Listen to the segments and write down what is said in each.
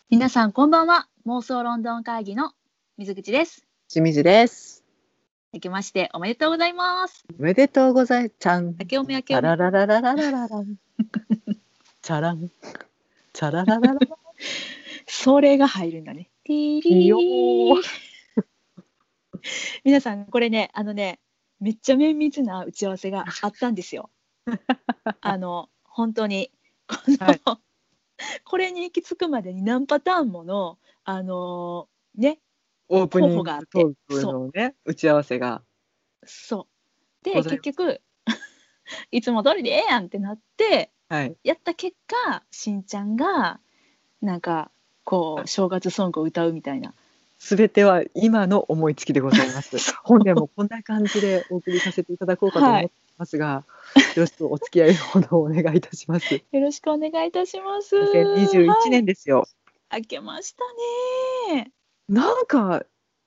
皆さんこんばんは。妄想ロンドン会議の水口です。 清水です。 明けましておめでとうございます。 おめでとうございちゃん。 明けおめ明けチャおめ。 ララララララララン。チャラン。チャラララララ。 それが入るんだね。ティいいよリー。 ー。 皆さんこれね、めっちゃ綿密な打ち合わせがあったんですよ。本当にはい。 これに行き着くまでに何パターンものね候オープニ補があって、 ングトークのね、打ち合わせがそうでございます。 結局いつも通りでええやんってなってはい。 やった結果、しんちゃんがなんかこう正月ソングを歌うみたいな。 すべては今の思いつきでございます。 そ本年もこんな感じでお送りさせていただこうかとはい、 思っていますが、よろしくお付き合いのほどお願いいたします。 よろしくお願いいたします。 2021 はい、 年ですよ。 明けましたね。 なんか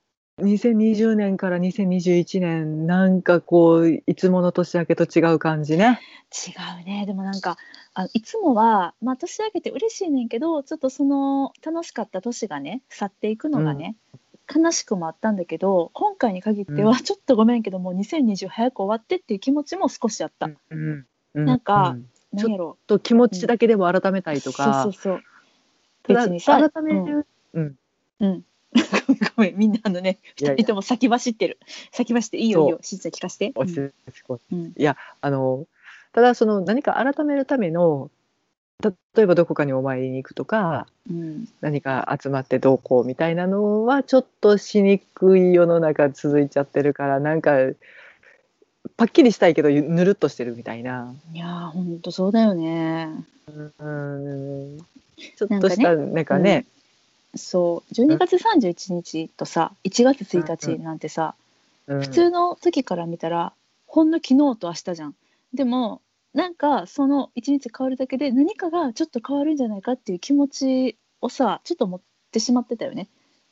2020年から2021年、なんかこう、いつもの年明けと違う感じね。 違うね。でもなんかいつもは、まあ、年明けて嬉しいねんけど、ちょっとその楽しかった年がね去っていくうん、 のがね悲しくもあったんだけど、今回に限ってはうん、 ちょっとごめんけどもう2020早く終わってっていう気持ちも少しあった。 うん、うん、うん、 なんかうん。ちょっなんやろと気持う、うん、 ちだけでも改めたいとそうそうか、 そう。 ただ別にさ、 改める、うん、 うん、ごめん、みんな2 いやいや、 人とも先走ってる。先走っていいよいいそよ、しんちゃん聞かせて。 う、落ち着こう。 うん、 いや、ただその何か改めるための、例えばどこかにお参りに行くとか、 うん、 何か集まってどうこうみたいなのはちょっとしにくい世の中続いちゃってるから、なんかパッキリしたいけどぬるっとしてるみたいな。 いやー、ほんとそうだよね。 うん、ちょっなんかね、 としたなんうん、 かね、 そう12月31日とさ1月1 うん日なんてさ、普通うんの時から見たらほんの昨日と明日じゃん。でもなんかその1日変わるだけで何かがちょっと変わるんじゃないかっていう気持ちをさちょっと持ってしまってたよね。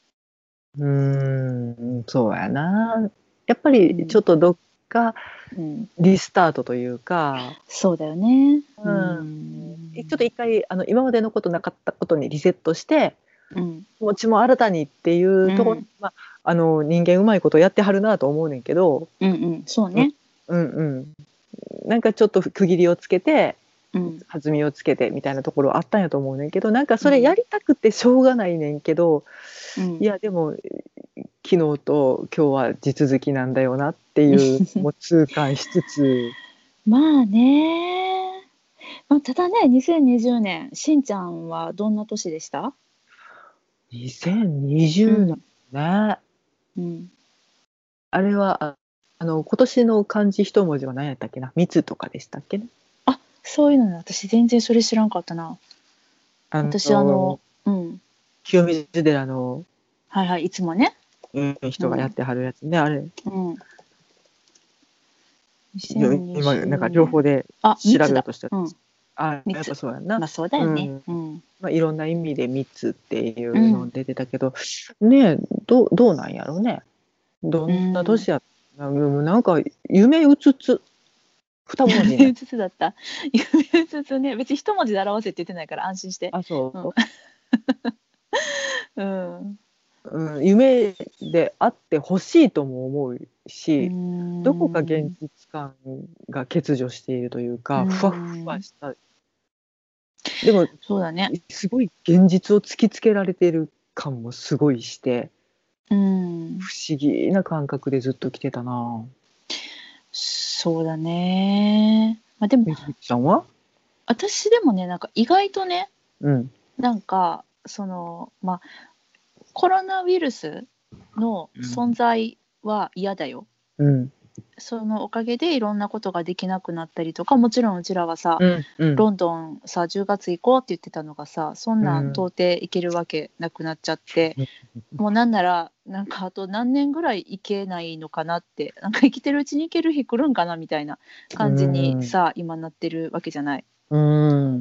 そうやな。やっぱりちょうん、 っとどっかうん、 リスタートというか、 そうだよね。ううん、ちょっとん、 一回今までのことなかったことにリセットしてうん、 気持ちも新たにっていうところ、 うん、 まあ、人間うまいことやってはるなと思うねんけど、 うん、うん、そううんね。 うんうん、なんかちょっと区切りをつけてうん、 弾みをつけてみたいなところあったんやと思うねんけど、なんかそれやうん、 りたくてしょうがないねんけど、 うん。 いやでも昨日と今日は地続きなんだよなっていうもう痛感しつつ、 まあね。まあ、ただね、2020年、しんちゃんはどんな年でした？ 2020年うん、 ね。 うん。 あれは今年の漢字一文字は何やったっけな、密とかでしたっけね。 あ、そういうのね、私全然それ知らんかったな。 あ私のうん。 清水寺の、 はいはい、いつもね。 人がやっうん、 てはるやつね、あれうん。2020 今なんか情報年。 であ、 調べ密だ。 ようとしたんうん、 です。あ、やっぱ密。 そうやんな。 まあそうだよね。 うん。 うん。 まあ、いろんな意味で密っていうん。 うの出てたけど、ねえ、どうなんやろうね。どうんなん。 年やなんか夢うつつ二文字になっ夢うつつだった。夢うつつね、別に一文字で表せって言ってないから安心して。 あ、 うん。 そうん。 う、夢であってほしいとも思ううーし、どこか現ん。 実感が欠如しているといううーか、ふわふわん。 した、でもそうだね。 すごい現実を突きつけられている感もすごいして、 うん。 不思議な感覚でずっと来てたな。 そうだね。まあでも、 水口さんは？ 私でもね、なんか意外とね、 うん、 なんか、まあ、コロナウイルスの存在は嫌だよ。 うん、 そのおかげでいろんなことができなくなったりとか、もちろんうちらはさ、 うん、うん、 ロンドンさ、10月行こうって言ってたのがさ、そんなん到うん、 底行けるわけなくなっちゃって、もうなんなら、なんかあと何年ぐらい行けないのかなって、なんか生きてるうちに行ける日来るんかなみたいなう感じにん、 さ、今なってるわけじゃない。 うん、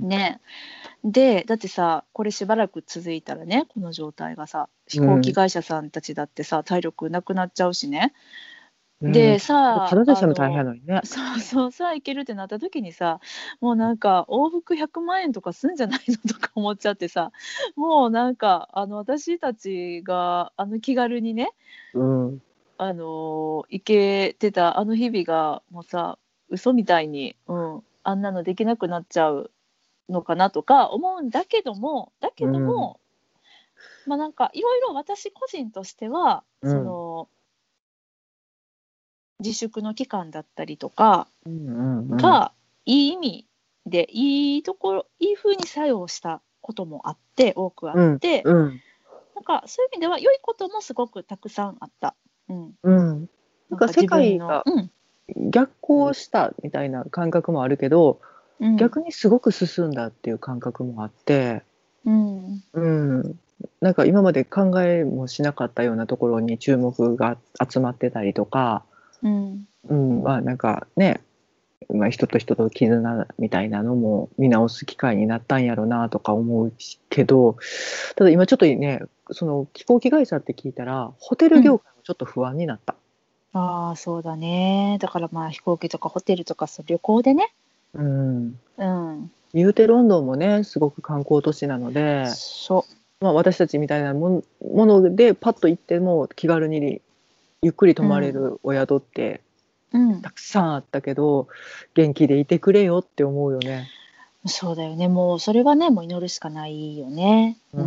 ね。で、だってさ、これしばらく続いたらね、この状態がさ、飛うん、 行機会社さんたちだってさ、体力なくなっちゃうしね。 うん、 でさただでさえも大変なのにね。 そうそうさあ行けるってなった時にさ、もうなんか往復100万円とかすんじゃないのとか思っちゃってさ、もうなんか私たちが気軽にね、 うん、 行けてた日々がもうさ、嘘みたいに、あんなのできなくなっちゃうのかなとか思うんだけども、 うん、 まあなんかいろいろ私個人としてはうん、 自粛の期間だったりとかうん、うん、 がいい意味でいいところいい風に作用したことも多くあっうん、 て、 うん、 なんかそういう意味では良いこともすごくたくさんあった。うん、 うん。なんか世なんか自分の、 界が逆行したみたいな感覚もあるけど、 うん、 逆にすごく進んだっていう感覚もあって、 うん、 うん、なんか今まで考えもしなかったようなところに注目が集まってたりとか、 うん、 うん、まあなんかね、まあ、人と人と絆みたいなのも見直す機会になったんやろなとか思うけど、ただ今ちょっとね、その飛行機会社って聞いたらホテルうん。 業界もちょっと不安になった。 ああ、そうだね。だからまあ飛行機とかホテルとかそう旅行でね。 うん、 うん。 言うてロンドンもねすごく観光都市なので、 そまあ、私たちみたいなものでパッと行っても気軽にゆっくり泊う。うまれん。 るお宿ってうん。 たくさんあったけど、元気でいてくれよって思うよね。 そうだよね。もうそれはね、もう祈るしかないよね。 うん、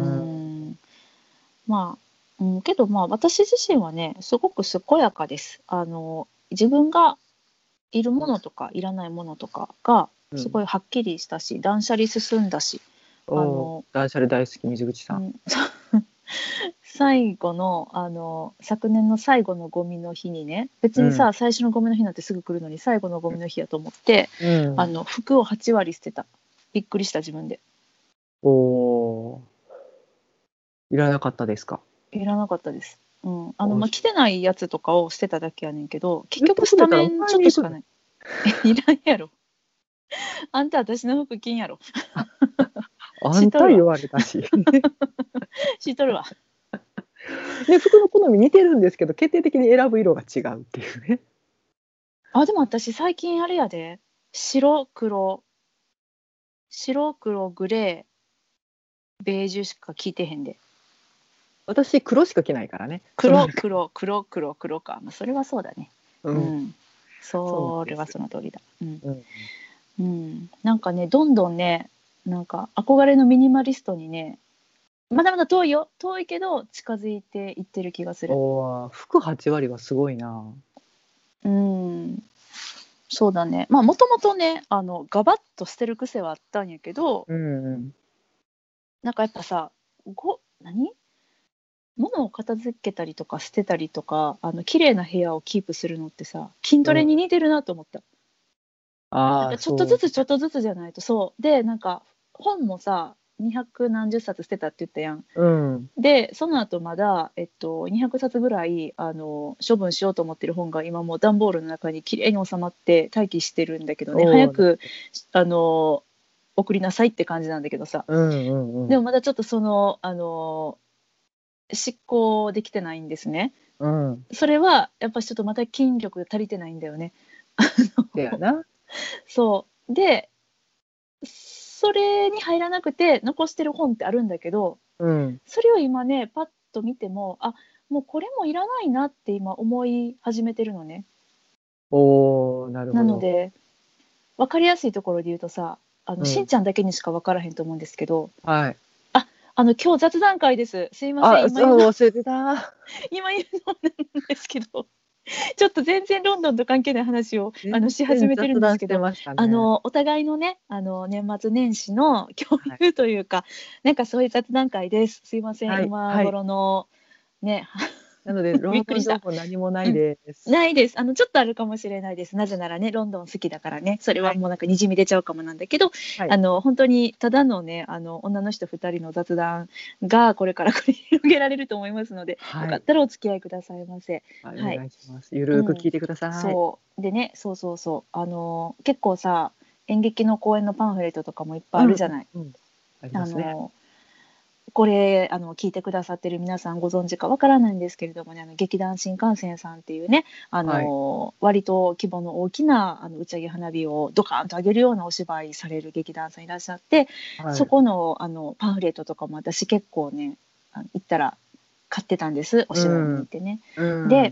まあ、けどまあ私自身はね、すごく健やかです。自分がいるものとかいらないものとかがうん、 すごいはっきりしたし、断捨離進んだし、あおの、 断捨離大好き水口さん。 うん、最後の、昨年の最後のゴミの日にね、別うん、 にさ、最初のゴミの日なんてすぐ来るのに、最後のゴミの日やと思って、 うん、 服を8割捨てた。びっくりした自分で。 おいらなかったですか？ いらなかったです。まあ、 お着てないやつとかを捨てただけやねんけど、結言って局スくれたらもタメンらいに行くの。 ちょっとしかない。いらんやろ。あんた私の服着んやろ。 あん知っとるわ。 た言われたし。 知っとるわ。 で、服の好み似てるんですけど、決定的に選ぶ色が違うっていうね。 あ、でも私最近あれやで。白、黒、白、黒、グレー、ベージュしか着てへんで。 私、黒しか着ないからね。その黒、 中黒、黒、黒、黒か。まあ、それはそうだね。 うん、 うん。 そうなんそれはです。 その通りだ。うん。 うん。 うん。なんかね、どんどんね、なんか憧れのミニマリストにね、まだまだ遠いよ。遠いけど近づいていってる気がする。 おー、服8割はすごいな。 うん。そうだね。まあもともとね、ガバッと捨てる癖はあったんやけど、 うんうん。 なんかやっぱさ、物を片付けたりとか捨てたりとか、綺麗な部屋をキープするのってさ、筋トレにうん。 似てるなと思った。やっああ、 ぱちょっとずつちょっそうね。 とずつじゃないと。そうで、なんか本もさ、200何十冊捨てたって言ったやん。 うん。 でその後まだ、200冊ぐらい処分しようと思ってる本が今もう段ボールの中にきれいに収まって待機してるんだけどね、 おお、 早くあの送りなさいって感じなんだけどさ。 うんうんうん。 でもまだちょっと執行できてないんですね。 うん。 それはやっぱちょっとまた筋力が足りてないんだよね。 せやな。 そうで、それに入らなくて残してる本ってあるんだけど、 うん。 それを今ねパッと見ても、あ、もうこれもいらないなって今思い始めてるのね。 おお、なるほど。 なので分かりやすいところで言うとさ、しんうん。 ちゃんだけにしか分からへんと思うんですけど、 はい。 あ、今日雑談会です。すいません。 あ、そう、忘れてた。 今言うのなんですけど、ちょっと全然ロンドンと関係ない話を全し始めてる然雑んですけど、 談してましたね。 お互いのね、年末年始の共はい。 有というか、なんかそういう雑談会です。すいません。 はい。 今はい。 頃のね、 なので、ロンドン情びっくりした。 報何もないうん。 です。 ないです。ちょっとあるかもしれないです。なぜならね、ロンドン好きだからね。それはい。 はもうなんかにじみ出ちゃうかもなんだけど、 はい。 本当にただのね、女の人2人の雑談がこれから繰り広げられると思いますので、よはい。 かったらお付き合いくださいませ。 はい、おはい。 願いします。ゆるーくうん。 聞いてください。 そうでね、そうそうそう。結構さ、演劇の公演のパンフレットとかもいっぱいあうんるじゃない。 うんうん。ありますね。 あのこれ聞いてくださってる皆さんご存知かわからないんですけれどもね、劇団新幹線さんっていうね、 はい。 割と規模の大きな打ち上げ花火をドカーンと上げるようなお芝居される劇団さんいらっしゃって、 はい。 そこのパンフレットとかも私結構ね行ったら買ってたんです、おう芝居見に行っん。 てね。 うん。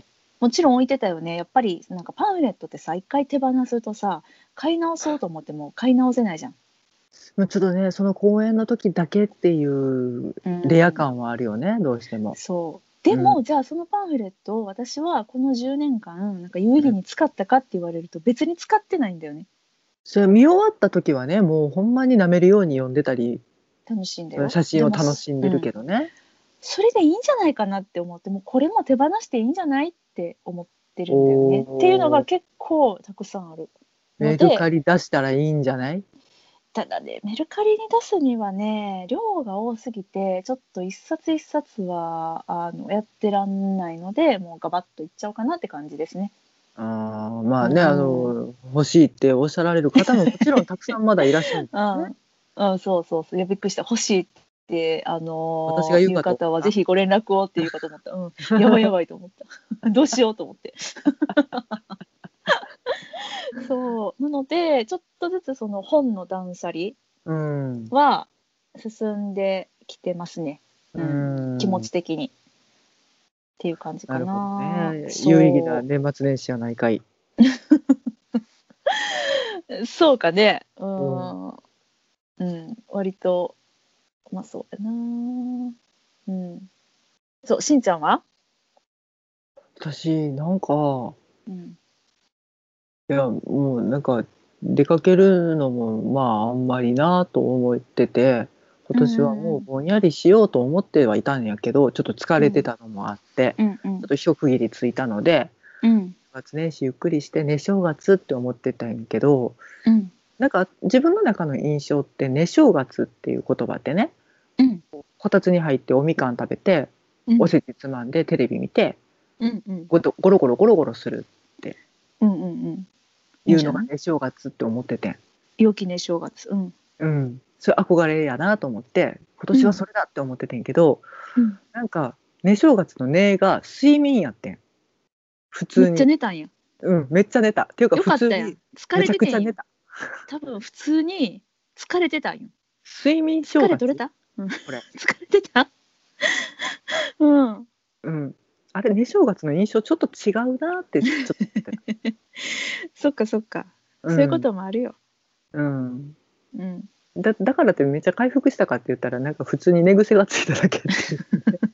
でもちろん置いてたよね。やっぱりなんかパンフレットってさ、一回手放すとさ、買い直そうと思っても買い直せないじゃん。 まあ、ちょっとね、その公演の時だけっていううレアん、 感はあるよね、どうしても。 そう。でうん。 も、じゃあそのパンフレットを私はこの10年間、なんか有意義に使ったかって言われると別に使ってないんだよね。 それ見終わった時はね、もうほんまに舐めるように読んでたり、 楽しいんだそのよ。 写真をでも、 楽しんでるけどね。 それでいいんじゃないかなって思って、もうこれも手放していいんじゃないって思ってるんだよね。っていうのがおー、 結構たくさんあるので、 メルカリ出したらいいんじゃない？ ただね、メルカリに出すにはね、量が多すぎて、ちょっと一冊一冊はやってらんないので、もうガバッといっちゃおうかなって感じですね。 ああ、まうあね、 ん。 欲しいっておっしゃられる方ももちろんたくさんまだいらっしゃるんですね。 うん、うん、そうそうそう。いや、びっくりした。欲しいって、 私が言ういうかと思った。 方はぜひご連絡をっていうかと思った。うん。やばいやばいと思った。どうしようと思って。そう。なので、ちょっとずつその本の断捨離うん。 は進んできてますね。 ううん。気持ん。 ち的にっていう感じかなるほどな。 ね。有意義なそ年末年始やないかい。 う。そうかね。 うん。 うん。割と、まあそうやな。うん。そう、しんちゃんは？ 私、なんか、 うん。 いや、もうなんか、出かけるのも、まあ、あんまりなと思ってて、今うん年はうんうん。 もうぼんやりしようと思ってはいたんやけど、ちょっと疲れてうんたのもあって、 うんうんちょっと一区切りついたので、 うん年末年始ゆっくりして寝正月って思ってたんやけど、 うんなんか自分の中の印象って寝正月っていう言葉ってね、 うんこたつに入っておみかん食べて、 うんおせちつまんでテレビ見て、 うんうんゴロゴロゴロゴロするってうんうんうん。いいういんじゃない？ のが寝正月って思ってて。 良きね正月。うん。 うん、それ憧れやなと思って今年はうんそれだって思っててんけど、 うん。 なんか寝正月の寝が睡眠やってん、普めっちゃ通に。 寝たんや。 うん、めっちゃ寝たっていうかよ普通にかったやん。疲めちゃれててんや。 くちゃ寝た。 多分普通に疲れてたんよ。 睡眠正月疲れ取れた？うん。 これ。 疲れてた？うん。 うん、あれ寝正月の印象ちょっと違うなってちょっと思ってた。 そっかそっか。そういうこうんともあるよ。 うん、 うん。 だからってめっちゃ回復したかって言ったらなんか普通に寝癖がついただけっていう。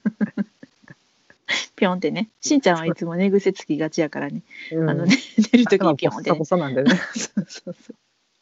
ぴょんってね。しんちゃんはいつも寝癖つきがちやからね。 うん、 ね、寝るとき頭にぴょんってね。 ボッサボサなんでね。 そうそうそう。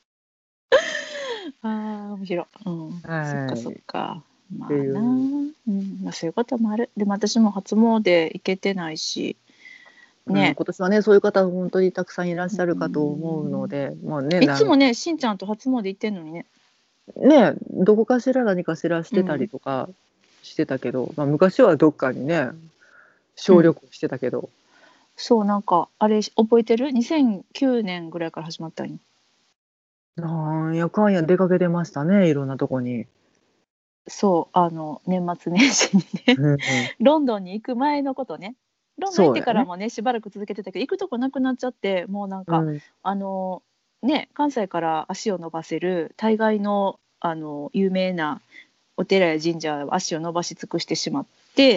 ああ、面白い。うん。そっかそっはいっか。 てまあな。ういう。 ん。まあそういうこともある。でも私も初詣行けてないし。 うん、 ね。 今年はね、そういう方本当にたくさんいらっうしゃるかと思うのん。 で、もうね、 いつもね、しんちゃんと初詣行ってんのにね。 ね、どこかしら何かしらしてたりうん。 とかしてたけど、まあ、昔はどっかにね、 うん。 小旅行してたけど、 そう、なんか、あれ、覚えてる？ 2009 年ぐらいから始まったんよ。 なんやかんや出かけてましたね、いろんなとこに。 そう、年末年始にね、 うんうん、 ロンドンに行く前のことね。ロンドン行ってそうやね。 からもね、しばらく続けてたけど、行くとこなくなっちゃって、もうなんか、 うん、 あの、ね、関西から足を伸ばせる大概の、有名なお寺や神社は足を伸ばし尽くしてしまって、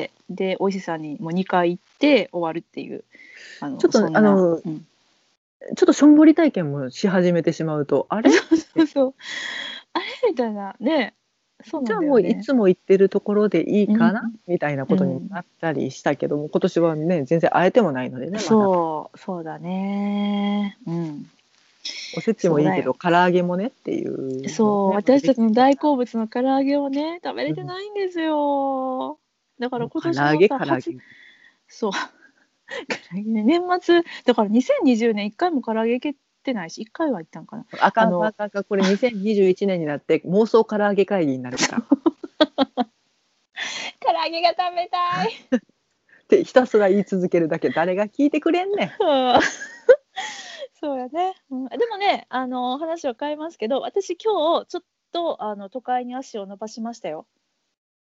で、お伊勢さんにもう2回行って終わるっていう、 ちょっとそんな、うん。 ちょっとしょんぼり体験もし始めてしまうと、あれっそうそうて、 そう。あれみたいな、ね、そうなんじゃあもういだよね。 つも行ってるところでいいうん、 かなみたいなことにうん。 なったりしたけども、今年はね、全然会えてもないのでね、まだ。 そう、そうだね。うん。 おせちもいいけど、 そうだよ。 唐揚げもねっていうのもそう、 ね、まだ私たちのできてない大好物の唐揚げをね、食べれてうん、 ないんですよ。だからもう今唐揚げ、 年のさ、 唐揚げ。 そう、唐揚げね、年末、だから2020年1回も唐揚げ行けてないし、1回は行ったんかな。 あかんあかんああの、 かんあかん、これ2021年になって妄想唐揚げ会議になるから。 唐揚げが食べたい。 ってひたすら言い続けるだけ、誰が聞いてくれんねん。 うん、そうやね。うん、でもね、話を変えますけど、私今日ちょっと都会に足を伸ばしましたよ。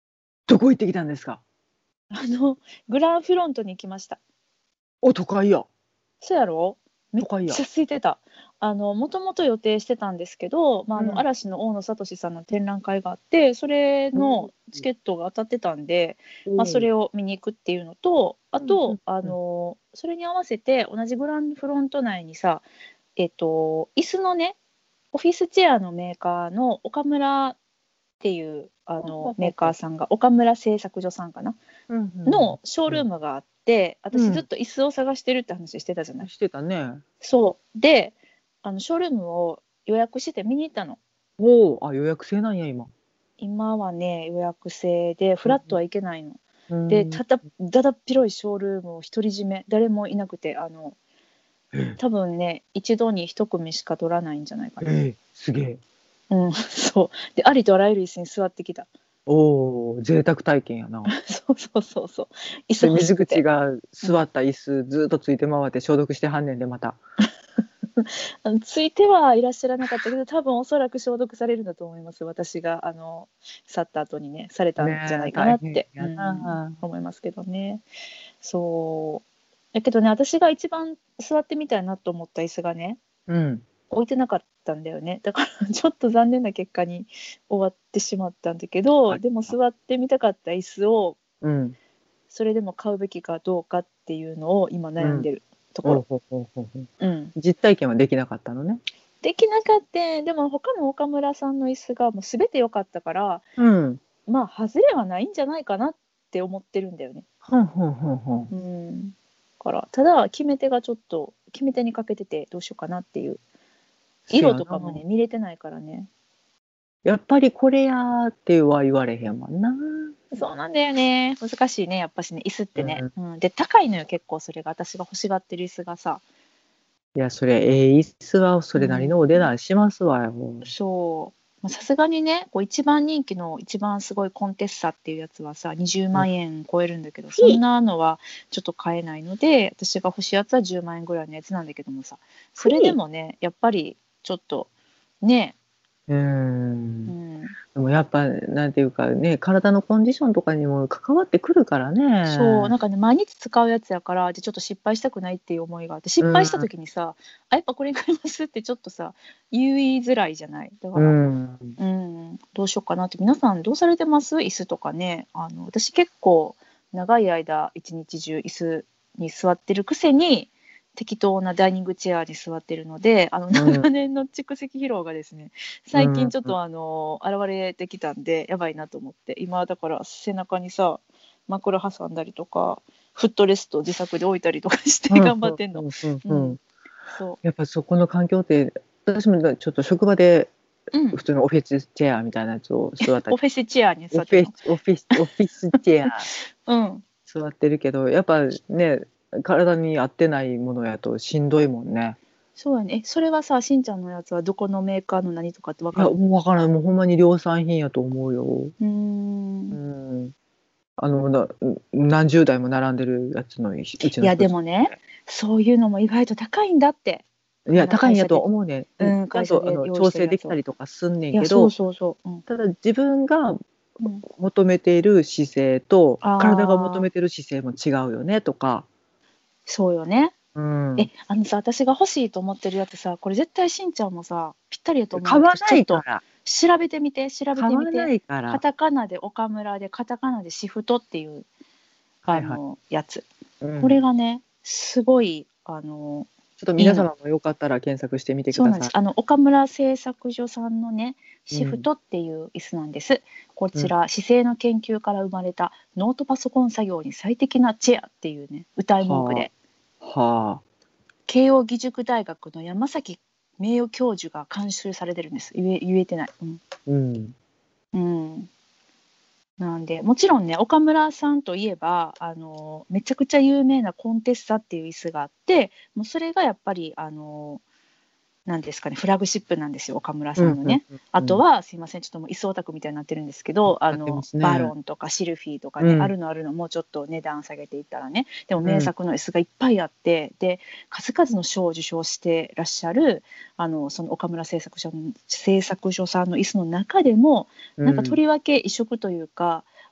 どこ行ってきたんですか？ グランフロントに行きました。 お、都会や。 そうやろ？めっ都会や。 ちゃ空いてた。もともと予定してたんですけど、 うん。 嵐の大野聡さんの展覧会があって、それうん。 のチケットが当たってたんで、 おそー。 れを見に行くっていうのと、あうんうんと、 うん。 それに合わせて同じグランフロント内にさ、椅子のね、オフィスチェアのメーカーの岡村っていうほうほうほメーうほカーさんが、岡村製作所さんかなう。うんうんのショーうんルームがあって、 うん。 私ずっと椅子を探してるって話してたじゃない。 してたね。 そうで、ショールームを予約して見に行ったの。 おお、あ、予約制なんや、今。 今はね予約制でフラットは行けないの。 うで、 ん。 だだっ広いショールームを独り占め、誰もいなくて、 え多分ね一度に一組しか取らないんじゃないかな。 すげえ。 うん、そうで、ありとあらゆる椅子に座ってきた。 おお、贅沢体験やな。 そうそうそうそう、椅子で、 欲し水くて。 口がうん、 座った椅子ずっとついて回って消毒してはんねんで、また。 ついてはいらっしゃらなかったけど、多分おそらく消毒されるんだと思います。私が去った後にねされたんじゃねえ、 ないかな大って、 変やな。 思いますけどね。そうだけどね、私が一番座ってみたいなと思った椅子がねうん。 置いてなかったんだよね。だからちょっと残念な結果に終わってしまったんだけど、 あ、 でも座ってみたかった椅子をうん。 それでも買うべきかどうかっていうのを今うん。 悩んでるところ。 おうほうほうほうほう。 うん、 実体験はできなかったのね。 できなかった。でも他の岡村さんの椅子がもう全て良かったから、 うん。 外れはないんじゃないかなって思ってるんだよね。 ほんほんほんほん。 うん。からただ決め手がちょっと決め手に欠けててどうしようかなっていう。 せやな。 色とかもね見れてないからね。 やっぱりこれやーっては言われへんもんな。 そうなんだよね。難しいね、やっぱしね、椅子ってね。 うん。 うん、で、高いのよ、結構それが。私が欲しがってる椅子がさ。 いや、それ、椅子はそうれなりのお値ん、 段しますわよ。 そう。さすがにね、こう一番人気の一番すごいコンテッサっていうやつはさ、20 うん。 万円超えるんだけど、そんなのはちょっと買えないので、私が欲しいやつは10万円ぐらいのやつなんだけどもさ、それでもね、やっぱりちょっと、ね、 うーん。 うん、 でもやっぱ、なんていうかね、体のコンディションとかにも関わってくるからそう、 ね。 なんかね、毎日使うやつやから、で、ちょっと失敗したくないっていう思いがあって、失敗したうん。 時にさ、やっぱこれ買いますってちょっとさ、言いづらいじゃない。だかうら、 ん。 どうしようかなって、皆さんどうされてます？椅子とかね。私結構長い間一日中椅子に座ってるくせに適当なダイニングチェアに座ってるので、 うん。 長年の蓄積疲労がですね、 うん。 最近ちょっと現れてきたんで、やばいなと思って、今だから背中にさ、枕挟んだりとか、フットレスト自作で置いたりとかしてうん。 頑張ってんの。うん、 うん。 そやっぱそこの環境って、私もちょっと職場でう。うん。 普通のオフィスチェアみたいなやつを座ったり、 オフィスチェアに座ってんの。 オフィスチェアうん。 座ってるけど、やっぱね、体に合ってないものやとしんどいもんね。 そうやね。それはさ、しんちゃんのやつはどこのメーカーの何とかってわいや、 かる？ もうわからない。もうほんまに量産品やと思うよ。 うーうん。 ん。何十台も並んでるやつのうちいや、 の一つ。 でもね、そういうのも意外と高いんだって。 いや、高いんやとは会社で、 思うねん。ちゃん会社で用意と調整してるやつを。 できたりとかすんねいや、そうんけど、 そうそう。うん。 ただ自分がうん、 求めている姿勢と体が求ああ、 めてる姿勢も違うよねとか。 そうよね。 うん。 私が欲しいと思ってるやつさ、これ絶対しんちゃんもさ、ぴったりやと思うんだけど、 買わなちょっといから。 調べ買わなてみて。 いから。 カタカナで岡村で、カタカナでシフトっていう、 はいはい。 やつ。これうん。 がね、すごい、 ちょっといいの。 皆様もよかったら検索してみてくそうなんです。 ださい。 岡村製作所さんのね、シフうん。 トっていう椅子なんです。こうん。 ちら、姿勢の研究から生まれたノートパソコン作業に最適なチェアっていうね、歌い文句はで、 あ。はあ。 慶應義塾大学の山崎名誉教授が監修されてるんです。言えてない。 うん。 うん。なんで、もちろんね、岡村さんといえば、めちゃくちゃ有名なコンテッサっていう椅子があって、もうそれがやっぱり、なんですかね、フラグシップなんですよ、岡村うん。うん。 さんのね。あうん。 とは、すいません、ちょっともう椅子オタクみたいになってるんですけど、 なってますね。 バロンとかシルフィーとかね、あうん。 るのあるの、もうちょっと値段下げていったらね、でもうん。 名作の椅子がいっぱいあって、で、数々の賞を受賞してらっしゃる、その岡村製作所さんの椅子の中でも、なんかとうん。 りわけ異色というか、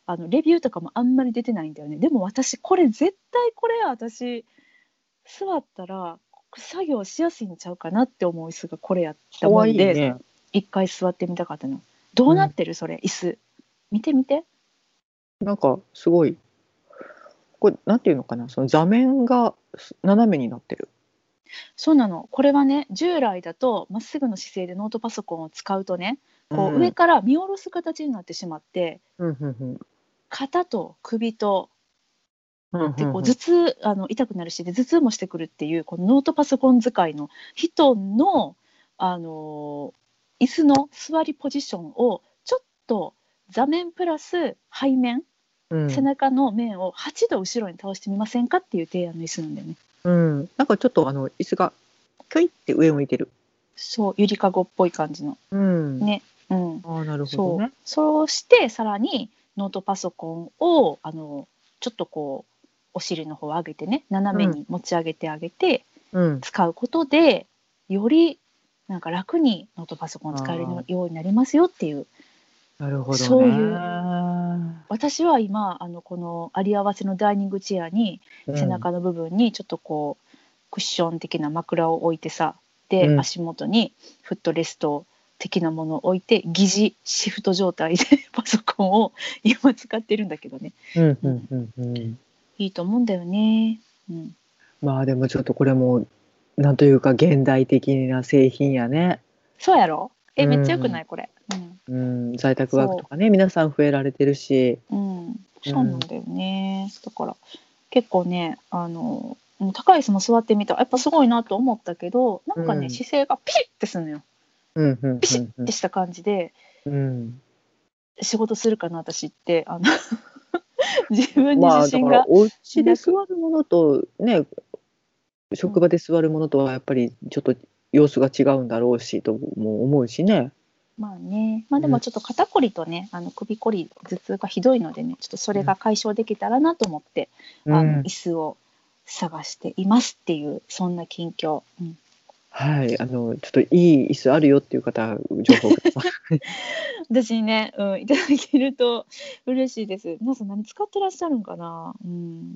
レビューとかもあんまり出てないんだよね。でも私これ絶対これ私座ったら作業しやすいんちゃうかなって思う椅子がこれやったかわもんで、 いいね。 一回座ってみたかったの。どうなってるそれ椅子見てみて。 なんかすごい、これなんていうのかな、その座面が斜めになってる。 そうなの。これはね、従来だとまっすぐの姿勢でノートパソコンを使うとね、こう上うんから見下ろす形になってしまって、 うんうん肩と首とうんうんでこううん頭痛痛くなるしで頭痛もしてくるっていうこのノートパソコン使いの人の、椅子の座りポジションをちょっと座面プラス背面、背中の面を8度後ろに倒してみませんかっていう提案の椅子なんだよね。 うん、なんかちょっと椅子がキョイって上向いてる。 そうゆりかごっぽい感じのうん。 ね。うん、 ああ、なるほどそうね。 そうしてさらにノートパソコンをちょっとこうお尻の方を上げてね斜めに持ち上げてあげて、 うん。 使うことでよりなんか楽にノートパソコンを使えるあようになりますよっていう、 あ、なるほどね。 そういう私は今このあり合わせのダイニングチェアに背うん。 中の部分にちょっとこうクッション的な枕を置いてさ、でうん。 足元にフットレスト的なものを置いて疑似シフト状態でパソコンを今使ってるんだけどね、 うんううん、 んうんうん。 いいと思うんだよね。うん、 まあでもちょっとこれもなんというか現代的な製品やね。 そうやろ。 うめっちゃよくなん。 いこれ、うん、 うん。在宅ワークとそかね、皆さん増えられてるし。 う、うん、 うん。 そうなんだよね。だから結構ね高い椅子も座ってみたらやっぱすごいなと思ったけど、なんかねうん。 姿勢がピシッてするのよ。 うんうんピシッうんうん。 てした感じでうん。 仕事するかな私って自分に自まあだ信がからお家で座なく、 るものとね、 うん、 職場で座るものとはやっぱりちょっと様子が違うんだろうしとも思うしね。 まあね、まあでうん。 もちょっと肩こりとね首こり頭痛がひどいのでね、ちょっとそれが解消できたらなと思って椅うん。 子を探していますっていうそんな近況、うん、 はい、ちょっといい椅子あるよっていう方、情報ください。 私にね、うん、いただけると嬉しいです。皆さん何使ってらっしゃるんかな。うん、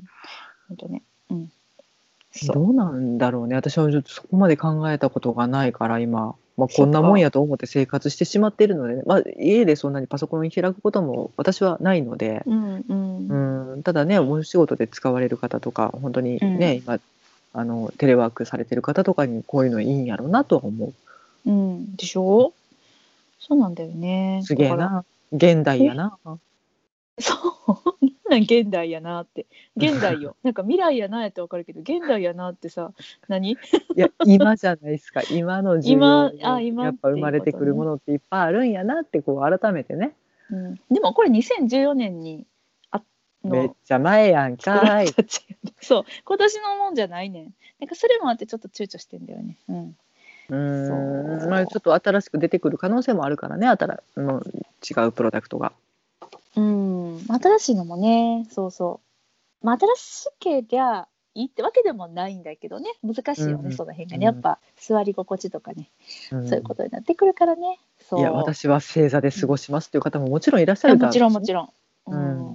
本当ね。うん、そどうなんだろうね。私はちょっとそこまで考えたことがないから、今、まあ、 う。そこんなもんっか。 やと思って生活してしまっているのでね、まあ、家でそんなにパソコンを開くことも私はないので、 うんううんただね、お仕事で使われる方とか、本当にね、 うん今、テレワークされてる方とかにこういうのいいんやろうなとは思う。 うんでしょ。そうなんだよね。だからすげえな。現代やえな。 そうなん現代やなって、現代よ。なんか未来やなやってわかるけど現代やなってさ、何いや、今じゃないですか。今の需要に今やっぱ生っていうまれてくるもことね。 のっていっぱいあるんやなって、こう改めてね。 うん、でもこれ2014年にあめっのちゃ前やん作られかい。 たっていうね。そう今年のもんじゃないねん。なんかそれもあってちょっと躊躇してんだよね。うん、 まあちょっそと新しく出てくる可能性もあるからね、違うプロダクトが。 う、うん、新しいのもね、そうそう、まあ、新しけりゃいいってわけでもないんだけどね、難しいよね、 うんその辺がね、やっうんぱ座り心地とかね、そういううん。 ことになってくるからね。 いや、 そ私は正座でう、うん、い過ごしますっていう方ももちろんいらっしゃるやもちだろうしね。 ろんもちろん、 うん。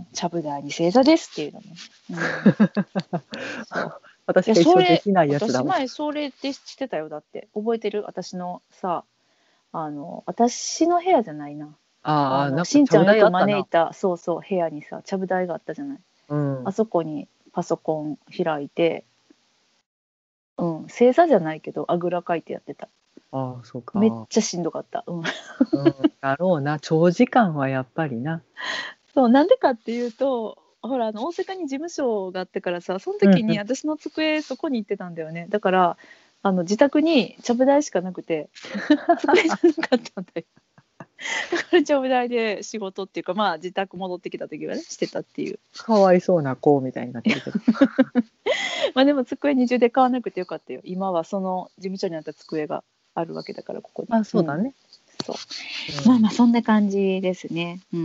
ちゃぶ台に正座ですっていうのも、うん、そうい私が一生でやそれきないやつだわ。 私前それでしてたよ。だって覚えてる？私のさ私の部屋じゃないな、 ああ、なんかしんちゃんをよちゃぶ台く招いあったな。 たそうそう部屋にさちゃぶ台があったじゃない。 うん。 あそこにパソコン開いて、正座じゃないけどあぐらかいてやってた。 ああ、そうめっか。 ちゃしんどかった。うん、 うん、だろうな。長時間はやっぱりな。 そうなんでかっていうとほら大阪に事務所があってからさ、その時にうんうん。 私の机そこに行ってたんだよね。だから自宅にちゃぶ台しかなくて机じゃなかったんだよ。だからちゃぶ台で仕事っていうか、まあ自宅戻ってきた時はねしてたっていう。 かわいそうな子みたいになってるけど。 まあでも机二重で買わなくてよかったよ。今はその事務所にあった机があるわけだからここに。 あ、そうん、 うだね。 そう。 うん。 まあまあそんな感じですね。うん。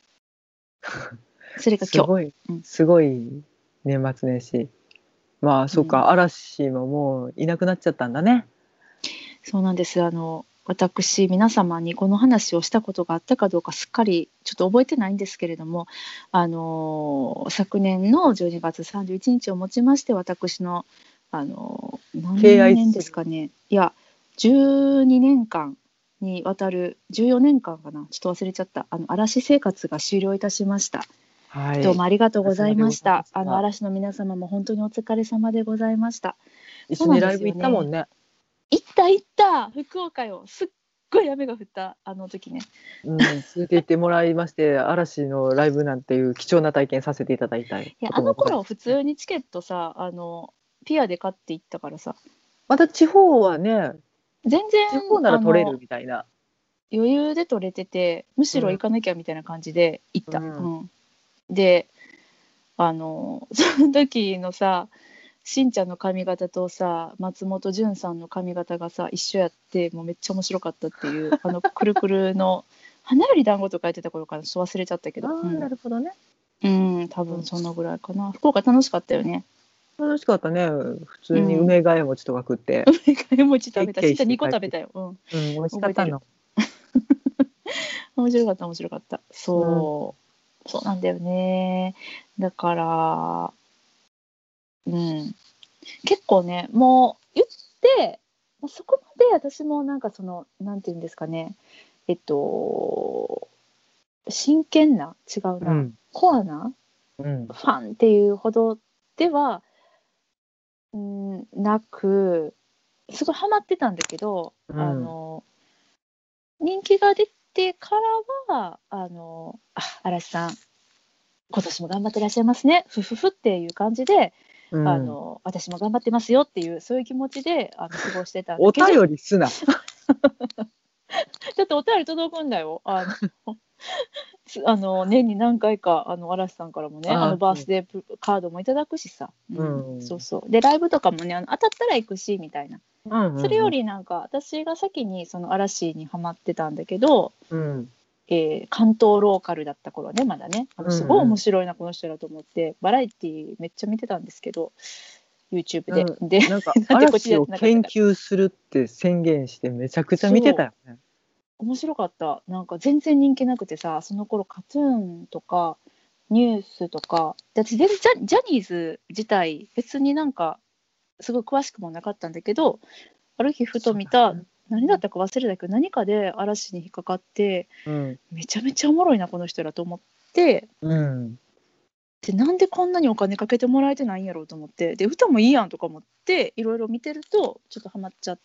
それが今日。 すごい、 うん。 すごい年末年始。まあ、 うん、 そうか、嵐ももういなくなっちゃったんだね。 そうなんです。 私皆様にこの話をしたことがあったかどうかすっかりちょっと覚えてないんですけれども、昨年の12月31日をもちまして私の、何年ですかね、いや12年間にわたる14年間かな、ちょっと忘れちゃった、嵐生活が終了いたしました。 はい、 どうもありがとうございました。 お疲れ様でございました。 嵐の皆様も本当にお疲れ様でございました。 一緒にライブ行ったもんね。 行った福岡よ。すっごい雨が降ったあの時ね。 連れて行ってもらいまして嵐のライブなんていう貴重な体験させていただいたい。 いやあの頃普通にチケットさピアで買って行ったからさ。 また地方はね、 全然地方なら取れるみたいな。 余裕で取れてて、むしろ行かなきゃみたいな感じで行った。でその時のさ、しんちゃんの髪型とさ松本潤さんの髪型がさ一緒やって、もうめっちゃ面白かったっていうくるくるの花より団子とかやってた頃からちょっと忘れちゃったけど。 なるほどね。 多分そのぐらいかな。福岡楽しかったよね。 楽しかったね。普通に梅ヶ谷餅とか食って。 梅ヶ谷餅食べた。しんちゃん2個食べたよ。 美味しかったの。 面白かった。そうなんだよね。だから結構ね、もう言ってもうそこまで私もなんかなんていうんですかね、真剣な違うな、コアなファンっていうほどではなく、すごいハマってたんだけど、人気が出てからは嵐さん今年も頑張ってらっしゃいますね、ふふふっていう感じで、私も頑張ってますよっていうそういう気持ちで過ごしてたんだけど。 お便りすなだってお便り届くんだよ。年に何回か嵐さんからもねバースデーカードもいただくしさ、そうでライブとかもね当たったら行くしみたいな、それよりなんか私が先にその嵐にハマってたんだけど、関東ローカルだった頃ね、まだねすごい面白いなこの人だと思ってバラエティめっちゃ見てたんですけど YouTube で、 なんか嵐を研究するって宣言してめちゃくちゃ見てたよね。 面白かった。なんか全然人気なくてさ、その頃カトゥーンとかニュースとか、私全然ジャニーズ自体別になんかすごい詳しくもなかったんだけど、ある日ふと見た、何だったか忘れたけど何かで嵐に引っかかって、めちゃめちゃおもろいなこの人らと思って、でなんでこんなにお金かけてもらえてないんやろうと思って、で歌もいいやんとか思っていろいろ見てるとちょっとハマっちゃって。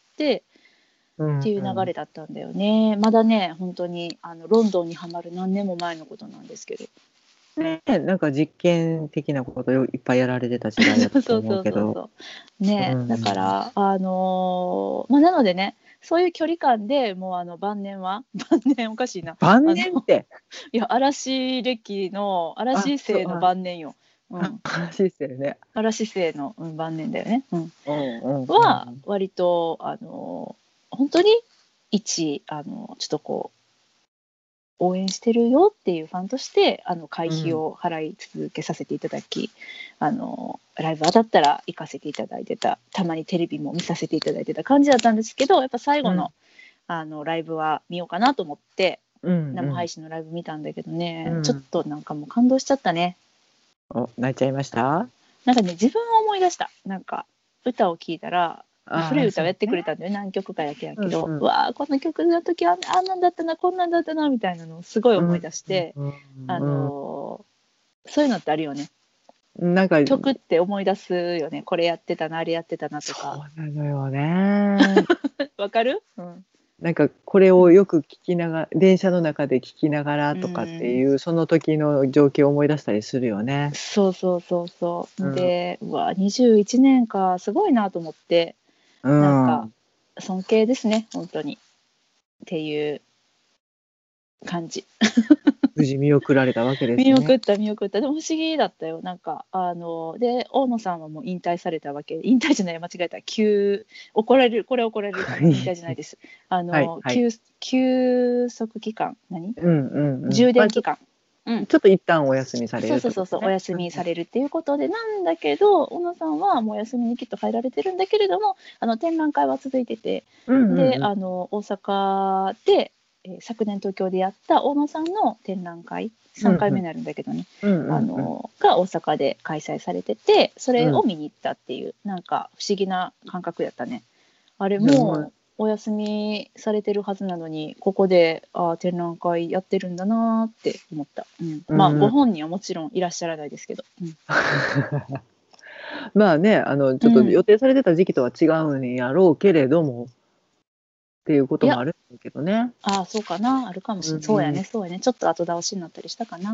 っていう流れだったんだよね。まだね本当にロンドンにはまる何年も前のことなんですけどね、なんか実験的なことをいっぱいやられてた時代だったと思うけどね、だからなのでね、そういう距離感でもう晩年おかしいな、 晩年っていや嵐歴の嵐生の晩年よ。 嵐生ね。 嵐生の晩年だよね。は割と本当にちょっとこう応援してるよっていうファンとして会費を払い続けさせていただき、ライブ当たったら行かせていただいてた、たまにテレビも見させていただいてた感じだったんですけど、やっぱ最後の、ライブは見ようかなと思って、生配信のライブ見たんだけどね、ちょっとなんかもう感動しちゃったね。 泣いちゃいました？ なんかね、自分を思い出した。なんか歌を聴いたら古い歌をやってくれたんだよ、何曲かやけやけど、わあこの曲の時はあんなんだったなこんなんだったなみたいなのをすごい思い出して、そういうのってあるよね。なんか曲って思い出すよね、これやってたなあれやってたなとか。 そうなのよねわかる？ なんかこれをよく聞きながら、電車の中で聞きながらとかっていう、その時の情景を思い出したりするよね。 そうで、うわ21年かすごいなと思って、なんか尊敬ですね本当にっていう感じ無事見送られたわけですね。 見送った。でも不思議だったよ。なんかで大野さんはもう引退されたわけ、引退じゃない、間違えた、怒られる引退じゃないです休息期間、充電期間、 うんちょっと一旦お休みされるってことね。 そうお休みされるっていうことでなんだけど、小野さんはもうお休みにきっと入られてるんだけれども、展覧会は続いてて、で大阪で、昨年東京でやった大野さんの展覧会3回目になるんだけどね、が大阪で開催されてて、それを見に行ったっていう、なんか不思議な感覚やったね。あれもうお休みされてるはずなのに、ここで展覧会やってるんだなって思った、まあご本人はもちろんいらっしゃらないですけど、 まあね、ちょっと予定されてた時期とは違うんやろうけれども、っていうこともあるんだけどね。 そうかな、あるかもしれない、そうやねちょっと後倒しになったりしたかな。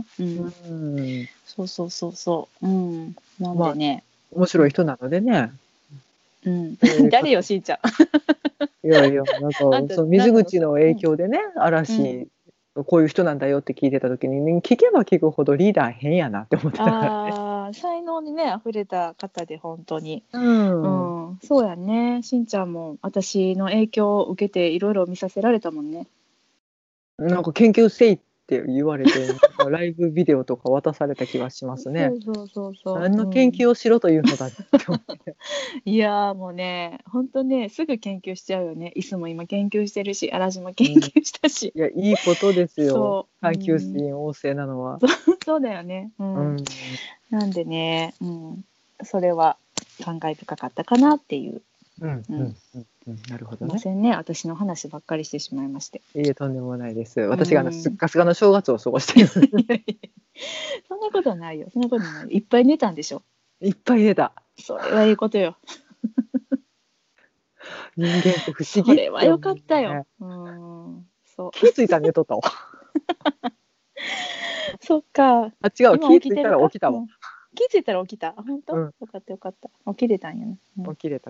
そうなんでね、 面白い人なのでね。 誰よしんちゃん。 いやなんかその水口の影響でね、嵐、こういう人なんだよって聞いてた時に、聞けば聞くほどリーダー変やなって思ってたからね。 才能にね溢れた方で本当に、そうやね。しんちゃんも私の影響を受けていろいろ見させられたもんね。 なんか研究せいって言われてライブビデオとか渡された気がしますね。何の研究をしろというのだって思って。 いやもうね本当ねすぐ研究しちゃうよね。椅子も今研究してるし、嵐も研究したし、 いやいいことですよ、探究心旺盛なのは。 そうだよね、なんでね、それは感慨深かったかなっていう。 なるほどね。 すいませんね、私の話ばっかりしてしまいまして。 いえ、とんでもないです。私がすっかすかの正月を過ごしている。 そんなことないよ、そんなことない。いっぱい寝たんでしょ。 いっぱい寝た。 それはいいことよ。 人間って不思議。 それはよかったよ。 そう。気づいたら寝とったわ。 そっか。 違う、気づいたら起きたわ。 気づいたら起きた。本当？よかったよかった。起きれたんやね。 起きれた。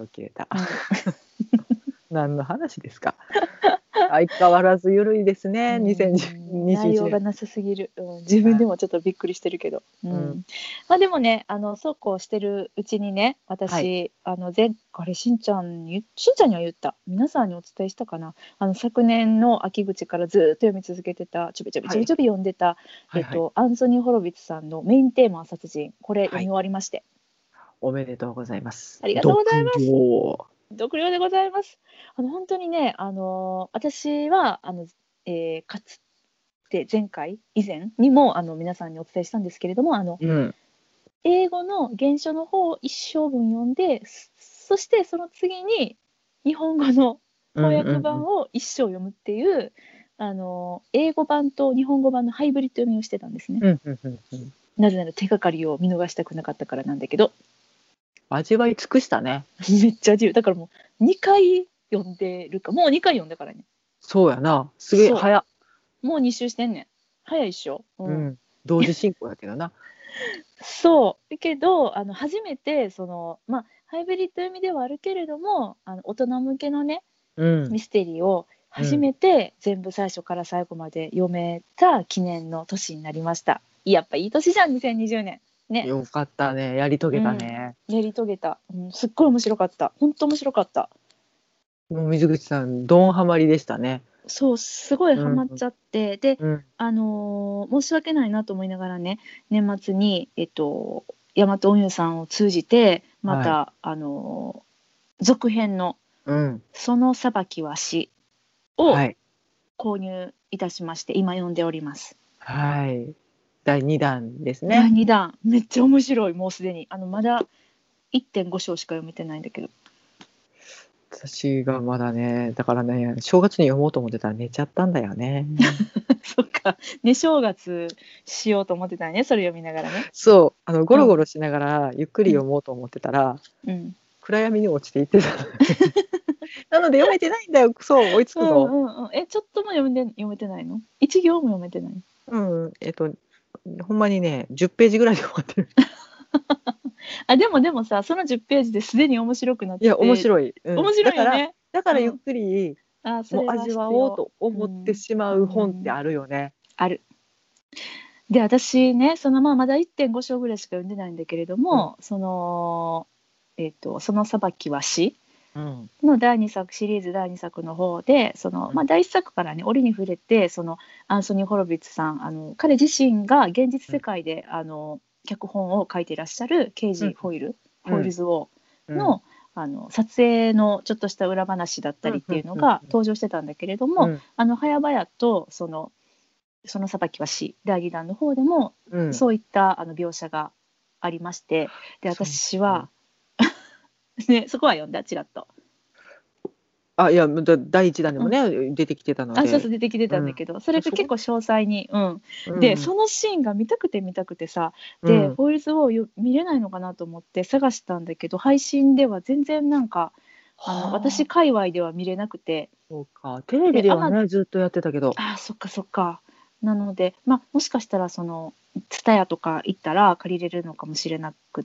何の話ですか。相変わらず緩いですね。2021年。 内容がなさすぎる。自分でもちょっとびっくりしてるけど。まあでもね、そうこうしてるうちにね、私、あれしんちゃんには言った。皆さんにお伝えしたかな。昨年の秋口からずっと読み続けてた、ちょび読んでた、アンソニー・ホロビッツさんのメインテーマは殺人。これ読み終わりまして。 おめでとうございます。 ありがとうございます。読了でございます。本当にね、私はかつて以前にも皆さんにお伝えしたんですけれども、英語の原書の方を一章分読んで、そしてその次に日本語の翻訳版を一章読むっていう、英語版と日本語版のハイブリッド読みをしてたんですね。なぜなら手がかりを見逃したくなかったからなんだけど。 味わい尽くしたね。 めっちゃ味わい。だからもう2回読んでるか、もう2回読んだからね。 そうやな。すげえ早っ。 もう2周してんねん。早いっしょ。 同時進行やけどな。 そうだけど初めてハイブリッド読みではあるけれども大人向けのね、ミステリーを初めて全部最初から最後まで読めた記念の年になりました。やっぱいい年じゃん、2020年ね。 よかったね、やり遂げたね。 やり遂げた。すっごい面白かった。本当面白かった。 もう水口さんドンハマりでしたね。 そうすごいハマっちゃって、で、申し訳ないなと思いながらね、年末に大和運輸さんを通じてまた、続編の「その裁きは死」を購入いたしまして、今読んでおります。 第2弾ですね。 第2弾めっちゃ面白い。もうすでにまだ 1.5 章しか読めてないんだけど。 私がまだね、だからね、正月に読もうと思ってたら寝ちゃったんだよね。 そっか、ね、正月しようと思ってたね、それ読みながらね。 そう、ゴロゴロしながらゆっくり読もうと思ってたら、暗闇に落ちていってた。なので読めてないんだよ。そう、追いつくの。 ちょっとも読めてないの？一行も読めてない？ ほんまにね、10ページぐらいで終わってる。 でもさ、その10ページですでに面白くなって。 いや、面白い。 面白いよね。 だからゆっくりもう味わおうと思ってしまう本ってあるよね。 ある。で、私ね、まだ 1.5 章ぐらいしか読んでないんだけれども、その裁きは死うんの第2作シリーズ第2作の方で第1作からね折に触れてアンソニー・ホロビッツさん彼自身が現実世界で脚本を書いていらっしゃる刑うん事フォイル、 うんフォイルズ・王うんの、撮影のちょっとした裏話だったりっていうのが登場してたんだけれども、早々とその裁きは死第2弾の方でもうんそういった描写がありまして、でそう私は、ね、そこは読んだちらっと。 あ、いや、第一弾でうんもね、出てきてたのそうそうで。 出てきてたんだけど、それが結構詳細に、でうんそのシーンが見たくて見たくてさ、でうんフォイルズを見れないのかなと思って探したんだけど、配信では全然なんかはあ、 私界隈では見れなくて、 そうか。テレビでではね、ずっとやってたけど。 そっかそっか。なので、もしかしたらTSUTAYA とか行ったら借りれるのかもしれなくって、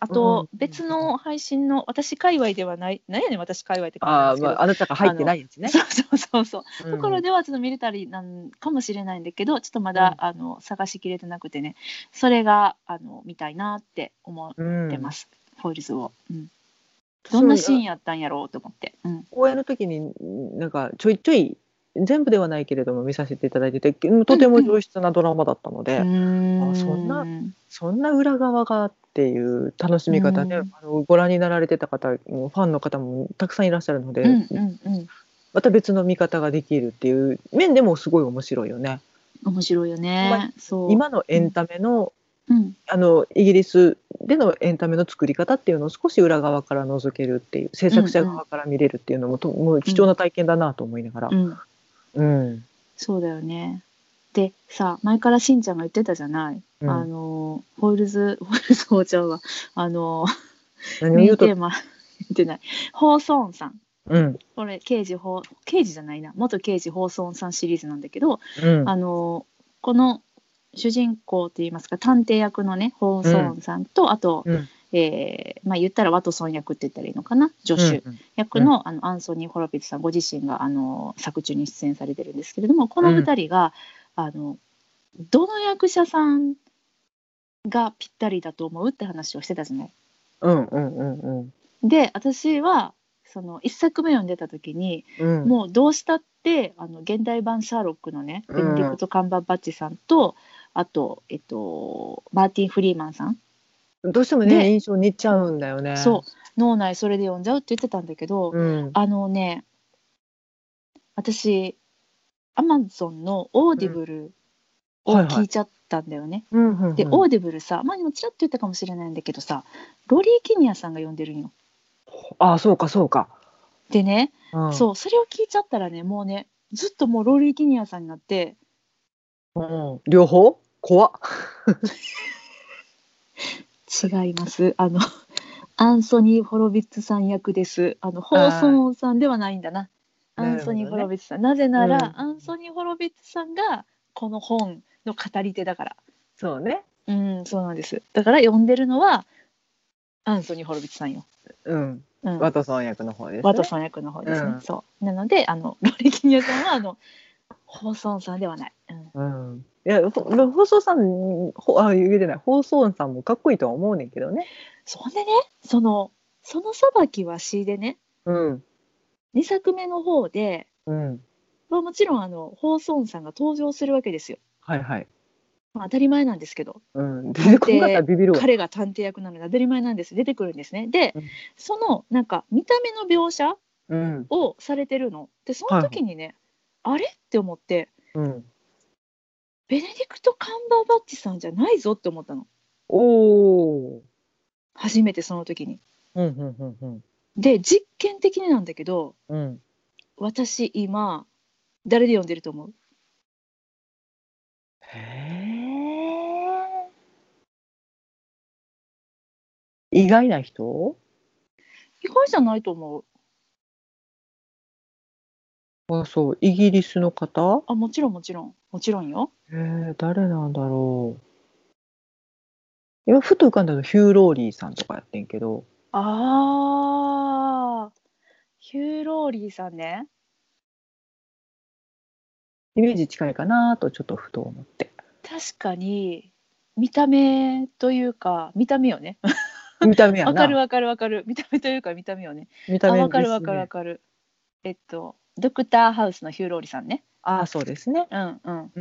あうんと別の配信の私界隈ではない、何やねん私界隈って感じなんああ、 ですけど、 あなたが入ってないやつね。 そうそうそうそう、 うんところではちょっと見れたりなんかもしれないんだけど、ちょっとまだ、探しきれてなくてね、それが見たいなって思ってます、フォイルズを。どんなシーンやったんやろうと思って。 公演の時になんかちょいちょい全部ではないけれども見させていただいてて、とても上質なドラマだったので、そんな裏側がっていう楽しみ方で、ご覧になられてた方もファンの方もたくさんいらっしゃるので、また別の見方ができるっていう面でもすごい面白いよね。 面白いよね。そう今のエンタメの、 うんイギリスでのエンタメの作り方っていうのを少し裏側から覗けるっていう、制作者側から見れるっていうのももう貴重な体験だなと思いながら。 そうだよね。でさ、前からしんちゃんが言ってたじゃない。フォイルズ王ちゃんはメインテーマ言ってない。ホーソーンさん。これ刑事じゃないな、元刑事ホーソーンさんシリーズなんだけど、この主人公といいますか探偵役のねホーソーンさんと、あと、言ったらワトソン役って言ったらいいのかな、助手役の、アンソニー・ホロビッツさんご自身が作中に出演されてるんですけれども、この2人が、どの役者さんがぴったりだと思うって話をしてたじゃない。で私は1作目読んでた時に、もうどうしたって現代版シャーロックのねベネディクト・カンバーバッチさんと、あと、マーティン・フリーマンさんどうしてもね印象似ちゃうんだよね。 そう脳内それで読んじゃうって言ってたんだけど、私アマゾンのオーディブルを聞いちゃったんだよね。でオーディブルさ、前にもちらっと言ったかもしれないんだけどさ、ロリー・キニアさんが読んでるんよ。 そうかそうか。 でね、それを聞いちゃったらね、もうねずっともうロリー・キニアさんになって、 両方怖っ違います。アンソニー・ホロビッツさん役です。ホーソンさんではないんだな。アンソニー・ホロビッツさん。なぜなら、アンソニー・ホロビッツさんがこの本の語り手だから。 そうね。 そうなんです。だから読んでるのはアンソニー・ホロビッツさんよ。 ワトソン役の方ですね。 ワトソン役の方ですね。そうなのでロリキニアさんはホーソンさんではない。 いや放送さん言えてない、放送さんもかっこいいとは思うねんけどね。 そんでね、その裁きは死でね、2作目の方で、もちろんホーソンさんが登場するわけですよ。当たり前なんですけど、彼が探偵役なので当たり前なんです、出てくるんですね。で、なんか見た目の描写をされてるので、その時にね、あれって思って、ベネディクト・カンバーバッチさんじゃないぞって思ったの。初めてその時に。で実験的になんだけど、私今誰で読んでると思う？ 意外な人？ 意外じゃないと思う。そう、イギリスの方？ もちろんよ。 誰なんだろう。今ふと浮かんだのヒュー・ローリーさんとかやってんけど。 ヒュー・ローリーさんね。 イメージ近いかなとちょっとふと思って。 確かに見た目というか見た目よね見た目やな。 わかるわかるわかる。見た目というか見た目よね。あ、 見た目わかるわかるわですね。 かる。ドクターハウスのヒューローリさんね。 ああ、そうですね。 うんうん。 うん。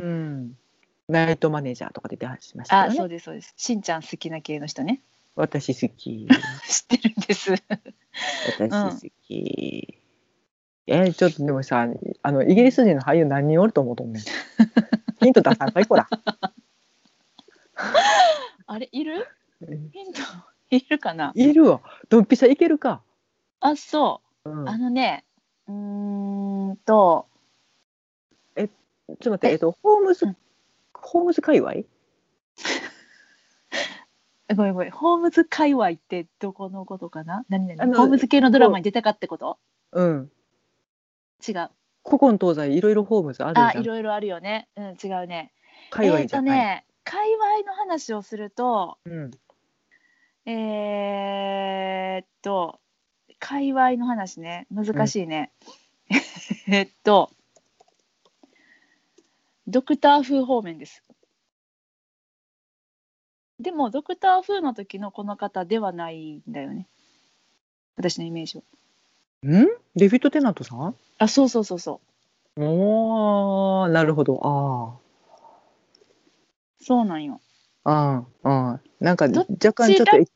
ナイトマネージャーとか出てはしましたあ、 よね。 そうですそうです。しんちゃん好きな系の人ね。 私好き。 知ってるんです。うん。 私好き。ちょっとでもさ、イギリス人の俳優何人おると思うとんねん。ヒント出さんかいこら。 あれいる？ヒントいるかな？ いるわ。ドンピシャいけるか。 あ、そう。 うん。 うーんと、 ちょっと待って、 え、うん、 ホームズ界隈。 ごめんごめん。ホームズ界隈ってどこのことかな？何々ホーあの、 ムズ系のドラマに出たかってこと？ うん。 違う。 古今東西いろいろホームズあるあ、 じゃん。 いろいろあるよね。うん、違うね。 界隈じゃない。 界隈の話をすると、 うん。 えーっと、界隈の話ね。 うん。 難しいね。えっと、ドクター風方面です。でも、ドクター風の時のこの方ではないんだよね。私のイメージは。 デビッド・テナントさん。 あ、そうそうそうそう。 おー、なるほど。 そうなんよ。 なんかど若干ちょっと、 ちら、ん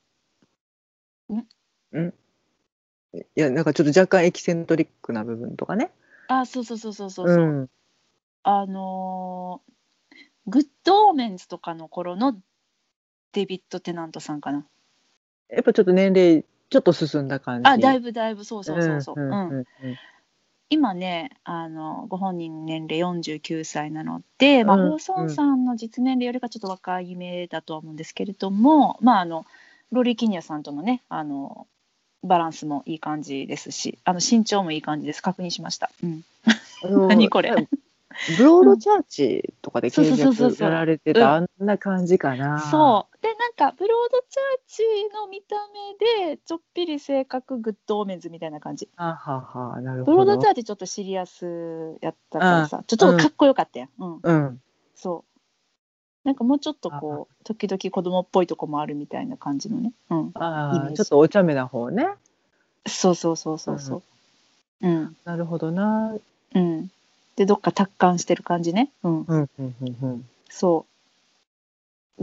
んいや、なんかちょっと若干エキセントリックな部分とかね。 あ、そうそうそうそうそうそう。 うん。 あのグッドオーメンズとかの頃のデビッド・テナントさんかな。 やっぱちょっと年齢、ちょっと進んだ感あ、だじ。 いぶだいぶ、そうそうそううん、 そう。 うん、 うん。 うん、うん。 今ね、ご本人年齢49歳なので、まあ、ホうん、 ーソンうん。 さんの実年齢よりかちょっと若い目だとは思うんですけれども、まあ、ロリー・キニアさんとのね、バランスもいい感じですし、身長もいい感じです。確認しました。うん。何これ。 ブローうん。 ドチャーチとかでそうそうそうそう契約やそう。 られてうん。 たあんな感じかな。 そう。で、なんか、ブロードチャーチの見た目で、ちょっぴり性格グッドオーメンズみたいな感じ。 ははは、なるブロードチほど。 ャーチちょっとシリアスやったからあ、 さ、ちょっとうん、 かっこよかったやん。うん。 うん。 そう。なんかもうちょっとあこう、時々子供っぽいとこもあるみたいな感じのね。うん。イメーちょっジ。 とお茶目な方ね。 そうそうそううん、 そうそう。うん。 なるほどな。 うん。で、どっか達観してる感じね。うん。 うん、うん、うん、うん。 そう。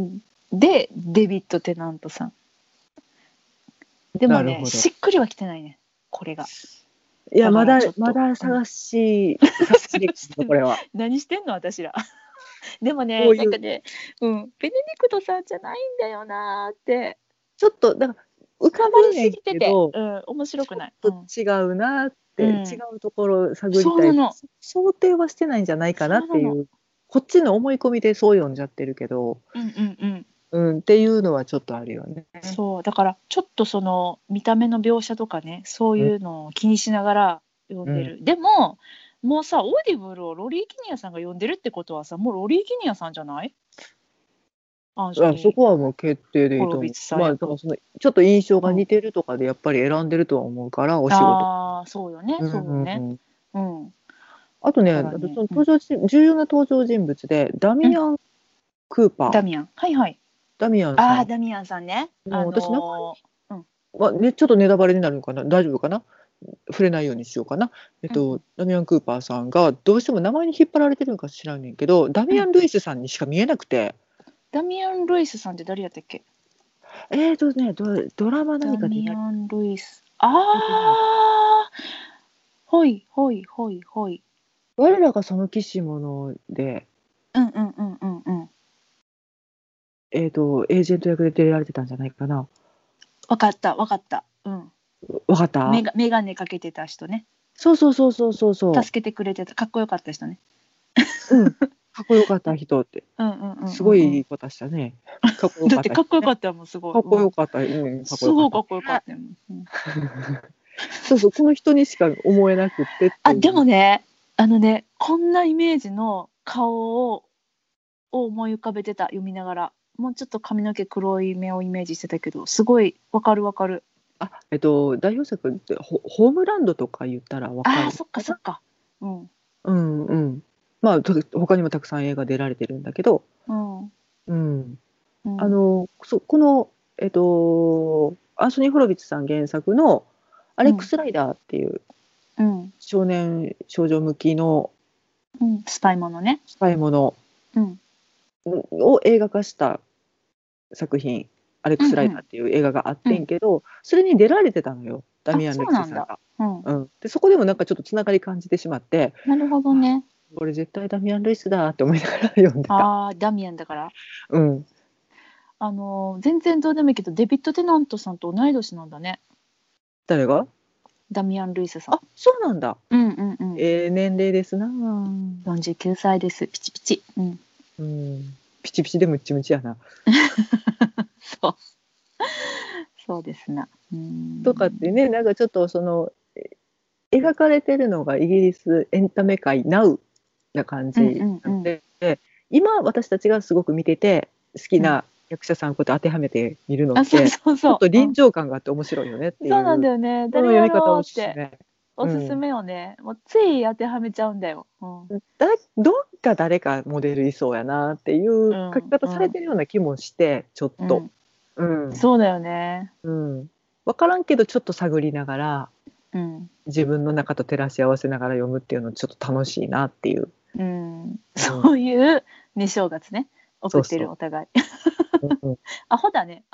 で、デビッド・テナントさん。でもね、 なるほど。 しっくりはきてないね。これが。 いや、 だからちょっまと、 だうん。 探しでしてんこれは。 何してんの私ら。でもね、 こういう、 なんかね、うん、ベネディクトさんじゃないんだよなーって。 ちょっと、だから、浮か過分すんでんねんぎてて、 けど、 うん、面白くない。 ちょっうん。 と違うなって、違うん。 うところを探りたい。 そうなの。 想定はしてないんじゃないかなそうなの。 っていう、こっちの思い込みでそう読んじゃってるけど、 うんうんうん。 っていうのはちょっとあるよね。 そう。だから、ちょっとその、見た目の描写とかね、そううん、 いうのを気にしながら読うん。 んでる。でも、もうさ、オーディブルをロリー・キニアさんが読んでるってことはさ、もうロリー・キニアさんじゃない？アンジョそニこはもう決定でいいと思う。 ー・ホロビッツさんまあ、だから役。 その、ちょっと印象がうん。 似てるとかでやっぱり選んでるとは思うから、お仕事。 ああ、そうよね、 うそうよね。 ん。 うん。 あとね、 だからね、 そのうん。 重要な登場人物で、ダうん、 ミアン・クーパー。 ダミアン。はいはい。 ダミアンああ、 さん。 ダミアンさんね。 もう私、名前うん、 は、ね、ちょっとネタバレになるのかな、大丈夫かな、触れないようにしようかな。 うん、うん、 ダミアン・クーパーさんがどうしても名前に引っ張られてるのか知らんねんけど、ダうん。 ミアン・ルイスさんにしか見えなくて、 ダミアン・ルイスさんって誰やったっけ？ ドラマ何ダか出られミアン・ルイス。あてない。 あ、ほいほいほいほい。 我らがその騎士もので、 うんうんうんうんうん。 エージェント役で出られてたんじゃないかな。 わかったわかった。うん。 わかった。 メガネかけてた人ね。 そうそうそうそうそうそ助けてくれてた。かっこよかった人ね。 う。うん。かっこよかった人って。 うんうんうんすごうんうん。 いいい子でしたね。かっこよだってかっこよかった人ね。 かったよ、もうすごい。 かっうん。 こよかった。うん、かっこよかった。 すごいかっこよかったよ。うん、 そうそう、この人にしか思えなくってってあ、でいう。 もね、こんなイメージの顔を思い浮かべてた、読みながら。もうちょっと髪の毛黒い目をイメージしてたけど、すごいわかるわかる。 代表作ってホームランドとか言ったらわかああ、 るそっかかな。 そっか。うん。 うんうん。まあ、他にもたくさん映画出られてるんだけど、 うん。 うん。 うん。 この、 アンソニー・ホロビッツさん原作のアレックス・ライダーっていううん少年少女向きのうん、スパイものね。 スパイものうんを映画化した作品、アレックス・ライダーっていう映画があってんけど、それに出られてたのよ、ダミアン・ルイそうなんだ。 スさんが。でそこでもなんかちょっとつながり感じてしまって、 なるほどね。 これ絶対ダミアン・ルイスだって思いながら読んでた。 ダミアンだから。 うん。 全然どうでもいいけど、デビッド・テナントさんと同い年なんだね。 誰が？ ダミアン・ルイスさん。 あ、そうなんだ。 年年齢ですな。 49歳です。ピチピチ。 ピチピチでムッチムチやな。 そう。そうですな。 とかってね、なんかちょっとその描かれてるのがイギリスエンタメ界ナウな感じなので、今私たちがすごく見てて好きな役者さんをこうやって当てはめて見るのって、ちょっと臨場感があって面白いよねっていう、 そうなんだよね。誰読み方やろうっをして、 ておすすめをね、もうつい当てはめちゃうんだよ。 どっか誰かモデルいそうやなっていう書き方されてるような気もしてちょっと、 そうだよね。 分からんけどちょっと探りながら、自分の中と照らし合わせながら読むっていうのちょっっと楽しいなっていう、 そういうね正月ね送ってるお互い。アホだね。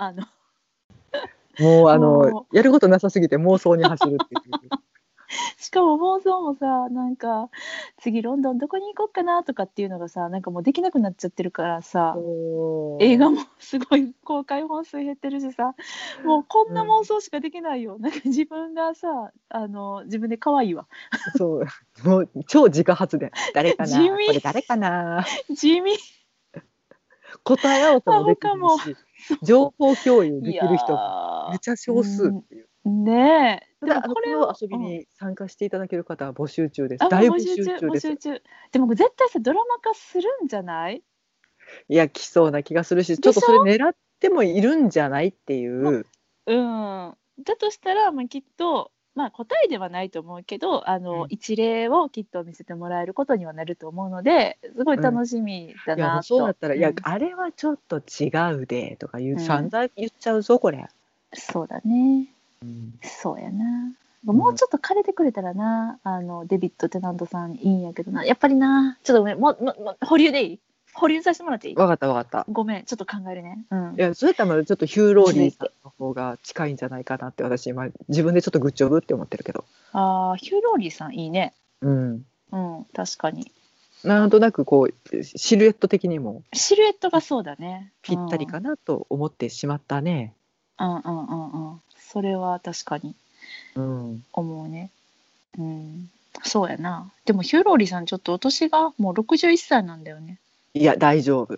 もうやることなさすぎて妄想に走るっていう。 しかも妄想もさ、なんか次ロンドンどこに行こうかなとかっていうのがさ、なんかもうできなくなっちゃってるからさ、映画もすごい公開本数減ってるしさ、もうこんな妄想しかできないよ。なんか自分がさ、自分で可愛いわ。 そうもう超自家発電、誰かな、これ誰かな、 地味。 答え合わせもできるし、情報共有できる人もめちゃ少数っていう。 ねえ。 ただこの遊びに参加していただける方は募集中です。 大募集中です。 募集中。でも絶対さドラマ化するんじゃない？ いや来そうな気がするし、ちょっとそれ狙ってもいるんじゃないっていう。 だとしたら、きっと、答えではないと思うけど一例をきっと見せてもらえることにはなると思うので、すごい楽しみだいやもなうそうだったら、いやと。 あれはちょっと違うでとか散々言っちゃうぞこれ。 そうだね。そうやな。もうちょっと枯れてくれたらな、デビッド・テナントさんいいんやけどな。やっぱりな、ちょっとごめん、保留でいい？保留させてもらっていい？ わかったわかった。 ごめん、ちょっと考えるね。 いやそういったらちょっとヒュー・ローリーさんの方が近いんじゃないかなって私今自分でちょっとグッジョブって思ってるけど。 ヒュー・ローリーさんいいね。確かに。 なんとなくこうシルエット的にもシルエットがそうだね。 ぴったりかなと思ってしまったね。 それは確かに思うね。そうやな。でもヒューローリーさんちょっとお年がもう61歳なんだよね。 いや大丈夫。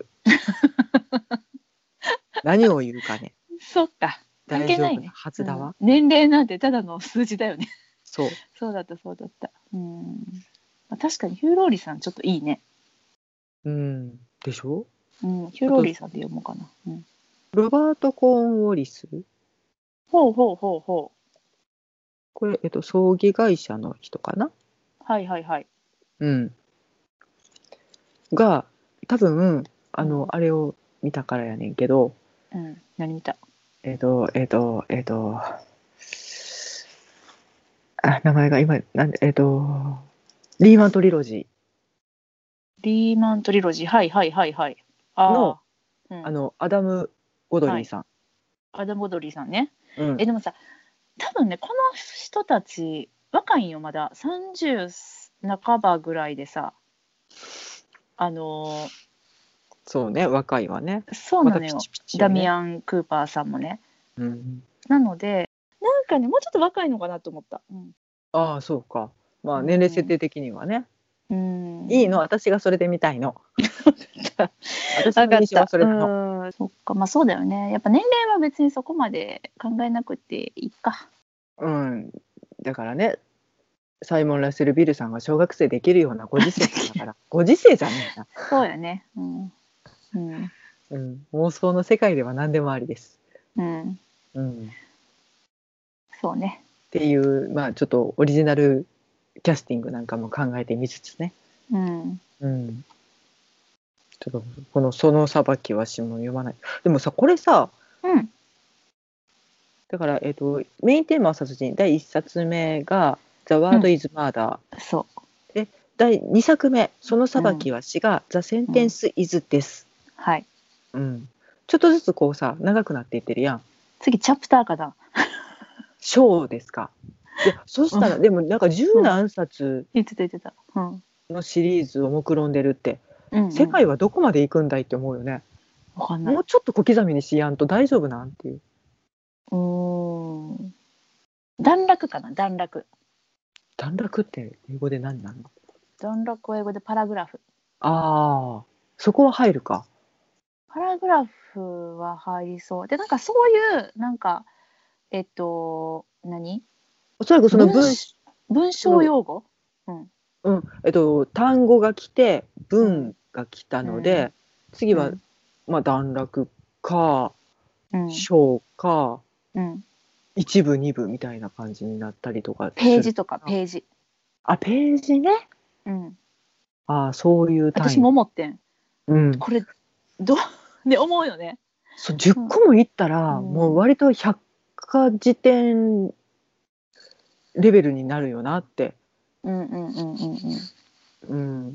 何を言うかね。 そっか。関係ないね。 はずだわ。 年齢なんてただの数字だよね。 そうだった。確かにヒューローリーさんちょっといいね。 でしょ。 ヒューローリーさんで読もうかな。 ロバート・コーンウォリス。 ほう。 これ葬儀会社の人かな。 はい。 が多分あれを見たからやねんけど。 何見た？ 名前が今なんでリーマントリロジー。はい。 のアダム・ゴドリーさん。 アダム・ゴドリーさんね。でもさ、多分ねこの人たち若いんよ、まだ30半ばぐらいでさ、 そうね、若いわね。 そうなのよ、ダミアン・クーパーさんもね。なのでなんかねもうちょっと若いのかなと思った。 ああそうか。年齢設定的にはね。いいの、私がそれで見たいの。私の印象はそれなの。 そっか、そうだよね。やっぱ年齢は別にそこまで考えなくていいか。 だからね、サイモン・ラッセル・ビルさんが小学生できるようなご時世だからご時世じゃねえな。 そうやね。 妄想の世界では何でもありです。 そうね。 っていうちょっとオリジナルキャスティングなんかも考えてみつつね。ちょっとこのその裁きは私も読まない。でもさこれさ、 だから、メインテーマは殺人、第1冊目が「The う Word ん、 is Murder」 そで第2作目「その裁きは死」が「The う、うん、 Sentence is Death」。 はい。 うん、ちょっとずつこうさ長くなっていってるやん。 次チャプターかな。 章ですか。いやそしたらうん、 でもなんか十うん、 何冊言ってた言ってた。うん、 のシリーズを目論んでるって、 うんうん。 世界はどこまで行くんだいって思うよね。 わかんない。 もうちょっと小刻みにしやんと大丈夫なんっていう。 うーん。段落かな、段落。 段落って英語で何なの？ 段落は英語でパラグラフ。 ああ、そこは入るか。 パラグラフは入りそう。で、なんかそういう、なんか、何おそらくその文その章用語。うん。 単語が来て文うん。 が来たうん。 ので、次は、 うん。 まあ、段落かうん。 章かうん。 一部二部みたいな感じになったりとかするページとか、 かな。 ページ。 あ、ページね。 うん。 ああ、そういう単私位。 も思ってん。 うん。 これ、どう、ね、思うよね。 そう、10 うん。 個もいったら、もううん。 割と百科事典レベルになるよなって。 うんうんうんうんうん。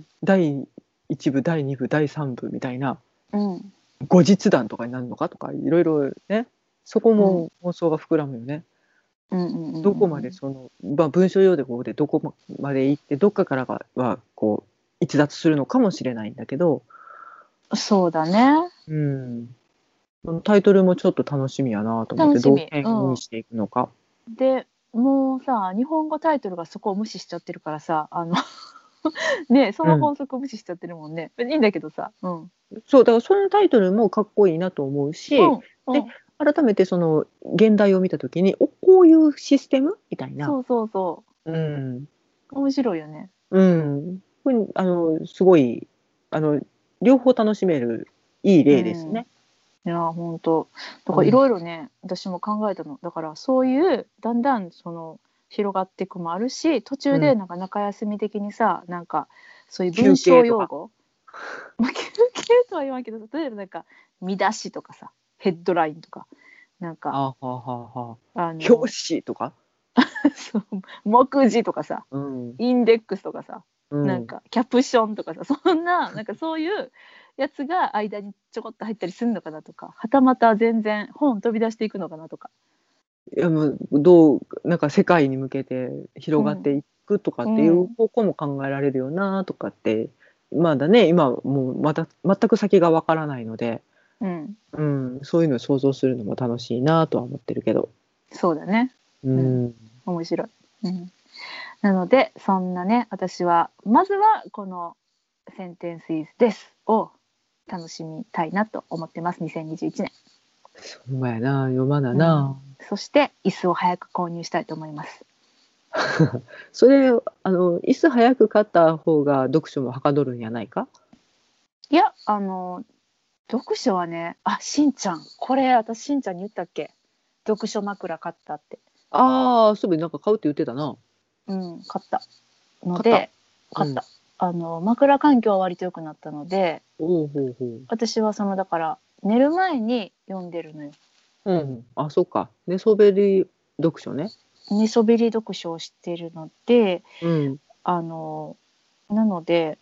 第1部、第2部、第3部みたいな、 うん。うん。 後日談とかになるのかとか、いろいろね、そこうん。 も妄想が膨らむよね。 うんうんうんどこまうん。 でまあ、文章用でここでどこまで行って、どっかからはこう逸脱するのかもしれないんだけど、 そうだね。 うん。そのタイトルもちょっと楽しみやなと思って、どう楽しみ。う変にしていくのか。 ん。で、もうさ、日本語タイトルがそこを無視しちゃってるからさ、ね、そのうん。 法則無視しちゃってるもんね。いいんだけどさ。うん。 そう、だからそのタイトルもかっこいいなと思うし、 うん。うで、 ん。 改めてその現代を見た時に、こういうシステムみたいな。 そうそうそうん。 う。面白いよね。 うん。これすごい、あの、両方楽しめるいいう例ですん。 ね。 いや、本当。だからいうん。 ろいろね、私も考えたの。だからそういう、だんだん広がっていくもあるし、途中うん。 でなんか中休み的にさ、なんかそういう文休憩とか。 章用語、まあ、休憩とは言わんけど、例えばなんか見出しとかさ、ヘッドラインとか、なんか、 はあはあはあはあ。 あ表の、 紙とか。 そう目次とかさ、 うん。 インデックスとかさ、 うん。 なんかキャプションとかさ、そんな、なんかそういうやつが間にちょこっと入ったりするのかなとか、はたまた全然本飛び出していくのかなとか。 いや、もう、なんか世界に向けて広がっうん。 ていくとかうっていうん。 方向も考えられるよなとかって、まだね、今はもうまた全く先がわからないので、 うん。 うん、そういうのを想像するのも楽しいなとは思ってるけど。 そうだね。うん。 うん、 面白い。うん。なので、そんなね、私は、まずはこのセンテンスイズですを楽しみたいなと思ってます、2021年。 ほんまやな、読まなうん。 な。 そして、椅子を早く購入したいと思います。 それ、椅子早く買った方が読書もはかどるんやないか？ いや、読書はね、あ、しんちゃん、これ、私、しんちゃんに言ったっけ？読書枕買ったって。 ああ、そういえばなんか買うって言ってたな。 うん、買ったの買った。 で、 うん。 買った。枕環境は割と良くなったので、 おお、ほうほ私はだから、寝る前に読んでるのよ。 う。うん。あ、そうか。寝そべり読書ね。 寝そべり読書をしてるので、 うん。 あの、なので、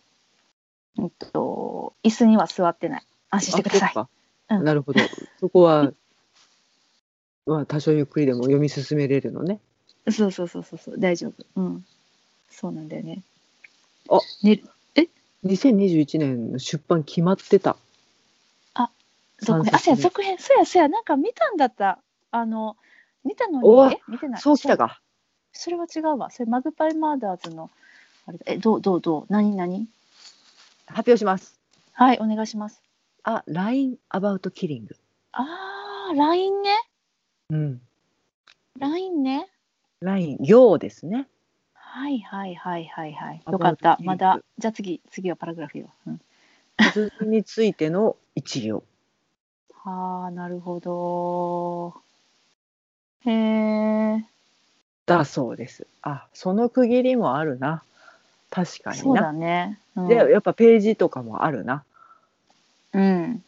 椅子には座ってない。安心してあ、 ください。 そっか。 うん。 なるほど。そこは、まあ、多少ゆっくりでも読み進めれるのね。 そうそうそうそうそう、大丈夫。うん。そうなんだよね。 あ、 寝る。え 2021年の出版決まってた。 あ、 3 あ、そうや、 冊目。 続編、そうや、そうや、なんか見たんだった。見たのに、 おお、 見てない。そう。 そうきたか。 それは違うわ。それマグパイマーダーズの、あれだ。どう何発表します。 はい、お願いします。 あ、Line About Killing。 LINE ね。 うん。 LINE ね。 LINE、行ですね。 はいはいはいはいはい。よかっ About た。ま Killing。 だ、じゃあ次はパラグラフよ。うん。 殺人についての一行。 はあ、なるほど。へえ、 だそうです。あ、その区切りもあるな。確かにそうだな。 ね。うで、 ん。 やっぱページとかもあるな。 うん。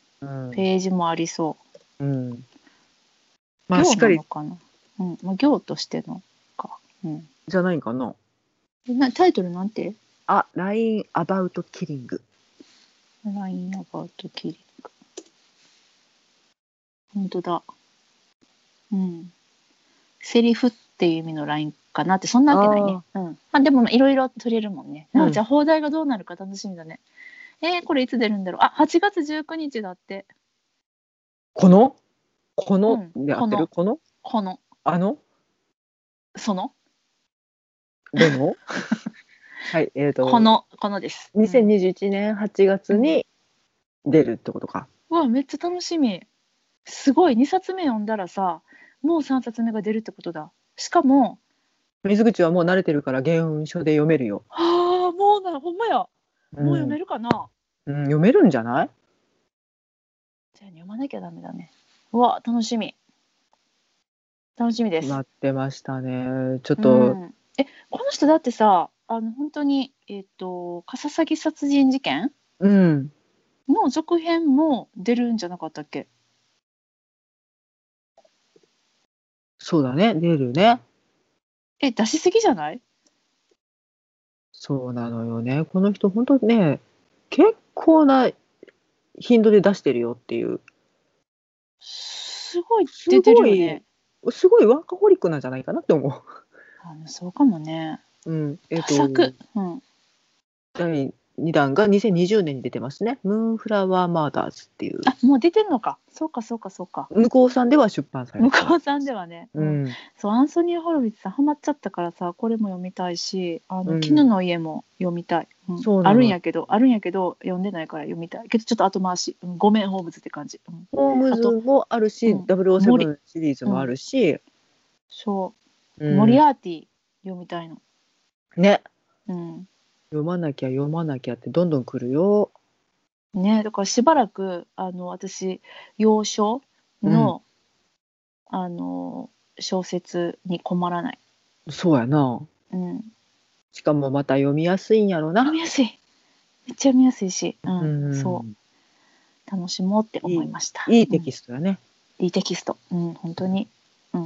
うん。 ページもありそうん。 う。 まあ、し行っかりなのかな。 まあ、行としてのか。 じゃないんかな。 タイトルなんて？ あ、LINE About Killing。 LINE About Killing。本当だ。セリフっていう意味の LINE かなって、そんなわけないね。まあ、でもいろいろ取れるもんね。じゃあ放題がどうなるか楽しみだね。これいつ出るんだろう。8月19日だって。 こので合ってる？このそのどのはい、 このです。 2021年8月に出るってことか。 うわ、めっちゃ楽しみ。すごい、2冊目読んだらさ、もう3冊目が出るってことだ。しかも、 水口はもう慣れてるから原文書で読めるよ。 もうほんまや。もう読めるかな。 読めるんじゃない？ じゃあ読まなきゃダメだね。うわ、楽しみ。楽しみです。 待ってましたね。ちょっと、 この人だってさ、本当にカササギ殺人事件の続編も出るんじゃなかったっけ？ そうだね、出るね。 出しすぎじゃない？ そうなのよね。この人本当ね、結構な頻度で出してるよっていう。 すごい出てるよね。 すごいワーカホリックなんじゃないかなって思う。 そうかもね。 第2弾が2020年に出てますね。ムーンフラワーマーダーズっていう。 もう出てんのか。そうか。 向こうさんでは出版された。 向こうさんではね。そう、アンソニー・ホロヴィッツさんハマっちゃったからさ、これも読みたいし、絹の家も読みたい。あるんやけど読んでないから読みたいけど、ちょっと後回し。ごめんホームズって感じ。 ホームズもあるし、007シリーズもあるし、 そう、モリアーティ読みたいのね。読まなきゃってどんどん来るよ。 ね。だからしばらく私洋書の、小説に困らない。 そうやな。しかもまた読みやすいんやろな。 読みやすい。めっちゃ読みやすいし、そう楽しもうって思いました。 いいテキストやね。 いいテキスト。本当に。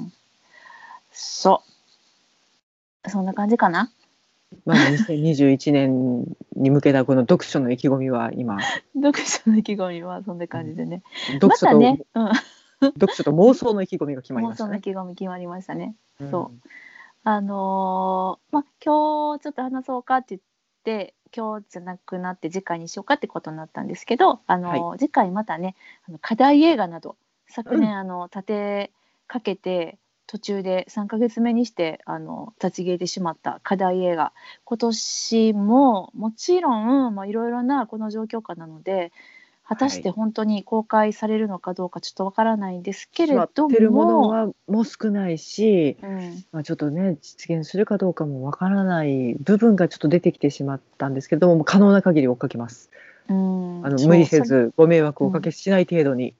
そんな感じかな。 まあ2021年に向けたこの読書の意気込みは今。 読書の意気込みはそんな感じでね。 読書と妄想の意気込みが決まりましたね。 妄想の意気込み決まりましたね。そう。今日ちょっと話そうかって言って今日じゃなくなって次回にしようかってことになったんですけど、次回またね課題映画など昨年立てかけて途中で3ヶ月目にして立ち消えてしまった課題映画、今年ももちろんいろいろなこの状況下なので果たして本当に公開されるのかどうかちょっとわからないんですけれども、 てるものはもう少ないし、ちょっとね実現するかどうかもわからない部分がちょっと出てきてしまったんですけども、可能な限り追っかけます。無理せずご迷惑をおかけしない程度に。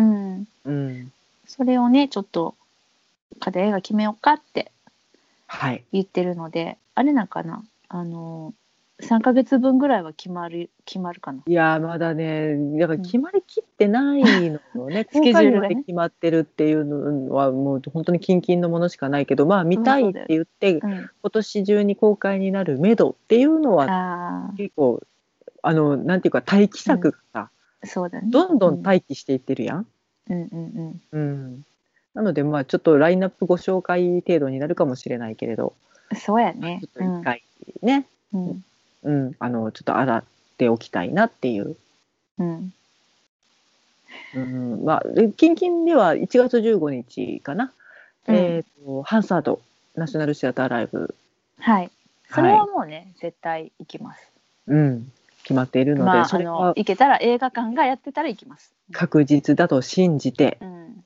それをねちょっと課題映画決めようかって言ってるので、あれなんかな、3ヶ月分ぐらいは決まるかな。 いやまだね、だから決まりきってないのよね。公開日まで決まってるっていうのはもう本当に近々のものしかないけど、まあ見たいって言って、今年中に公開になるめどっていうのは結構なんていうか待機策がさ、どんどん待機していってるやん。なのでまあちょっとラインナップご紹介程度になるかもしれないけれど、 そうやね。 ちょっと一回ね。ちょっと洗っておきたいなっていう。まあ近々では1月15日かな。ハンサードナショナルシアターライブ。 それはもうね、絶対行きます。 決まっているので、それは行けたら映画館がやってたら行きます。 確実だと信じて。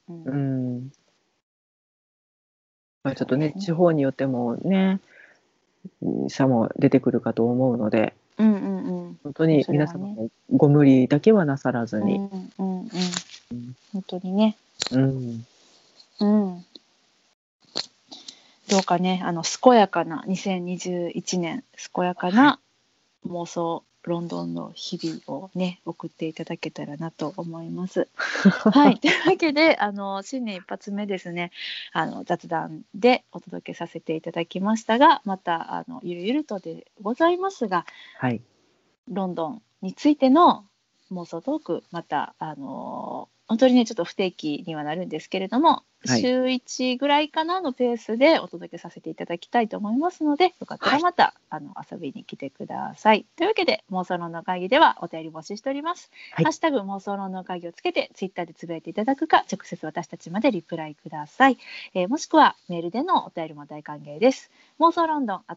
ちょっとね地方によってもね差も出てくるかと思うので、本当に皆様もご無理だけはなさらずに、 本当にね、どうかね健やかな2021年、健やかな妄想ロンドンの日々をね送っていただけたらなと思います。はい、というわけで新年一発目ですね、雑談でお届けさせていただきましたが、またゆるゆるとでございますが、 はい、 ロンドンについての妄想トーク、また本当にねちょっと不定期にはなるんですけれども、 はい、 週1ぐらいかなのペースでお届けさせていただきたいと思いますので、よかったはい、 らまた遊びに来てください。というわけで、妄想論の会議ではお便り募集しております。 はい、 ハッシュタグ妄想論の会議をつけてツイッターでつぶやいていただくか、直接私たちまでリプライください。もしくはメールでのお便りも大歓迎です。妄想ロンドン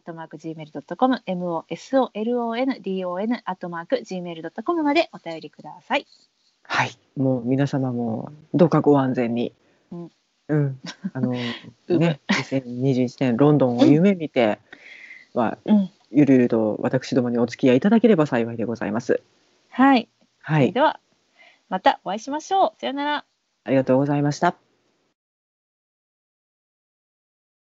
@gmail.com、mosolondon@gmail.com までお便りください。 はい、もう皆様もどうかご安全に。 うん、 うん、 うむ、 ね、2021年ロンドンを夢見ては、 うん、 ゆるゆると私どもにお付き合いいただければ幸いでございます。 はい。 はい、 それではまたお会いしましょう。さよなら。 ありがとうございました。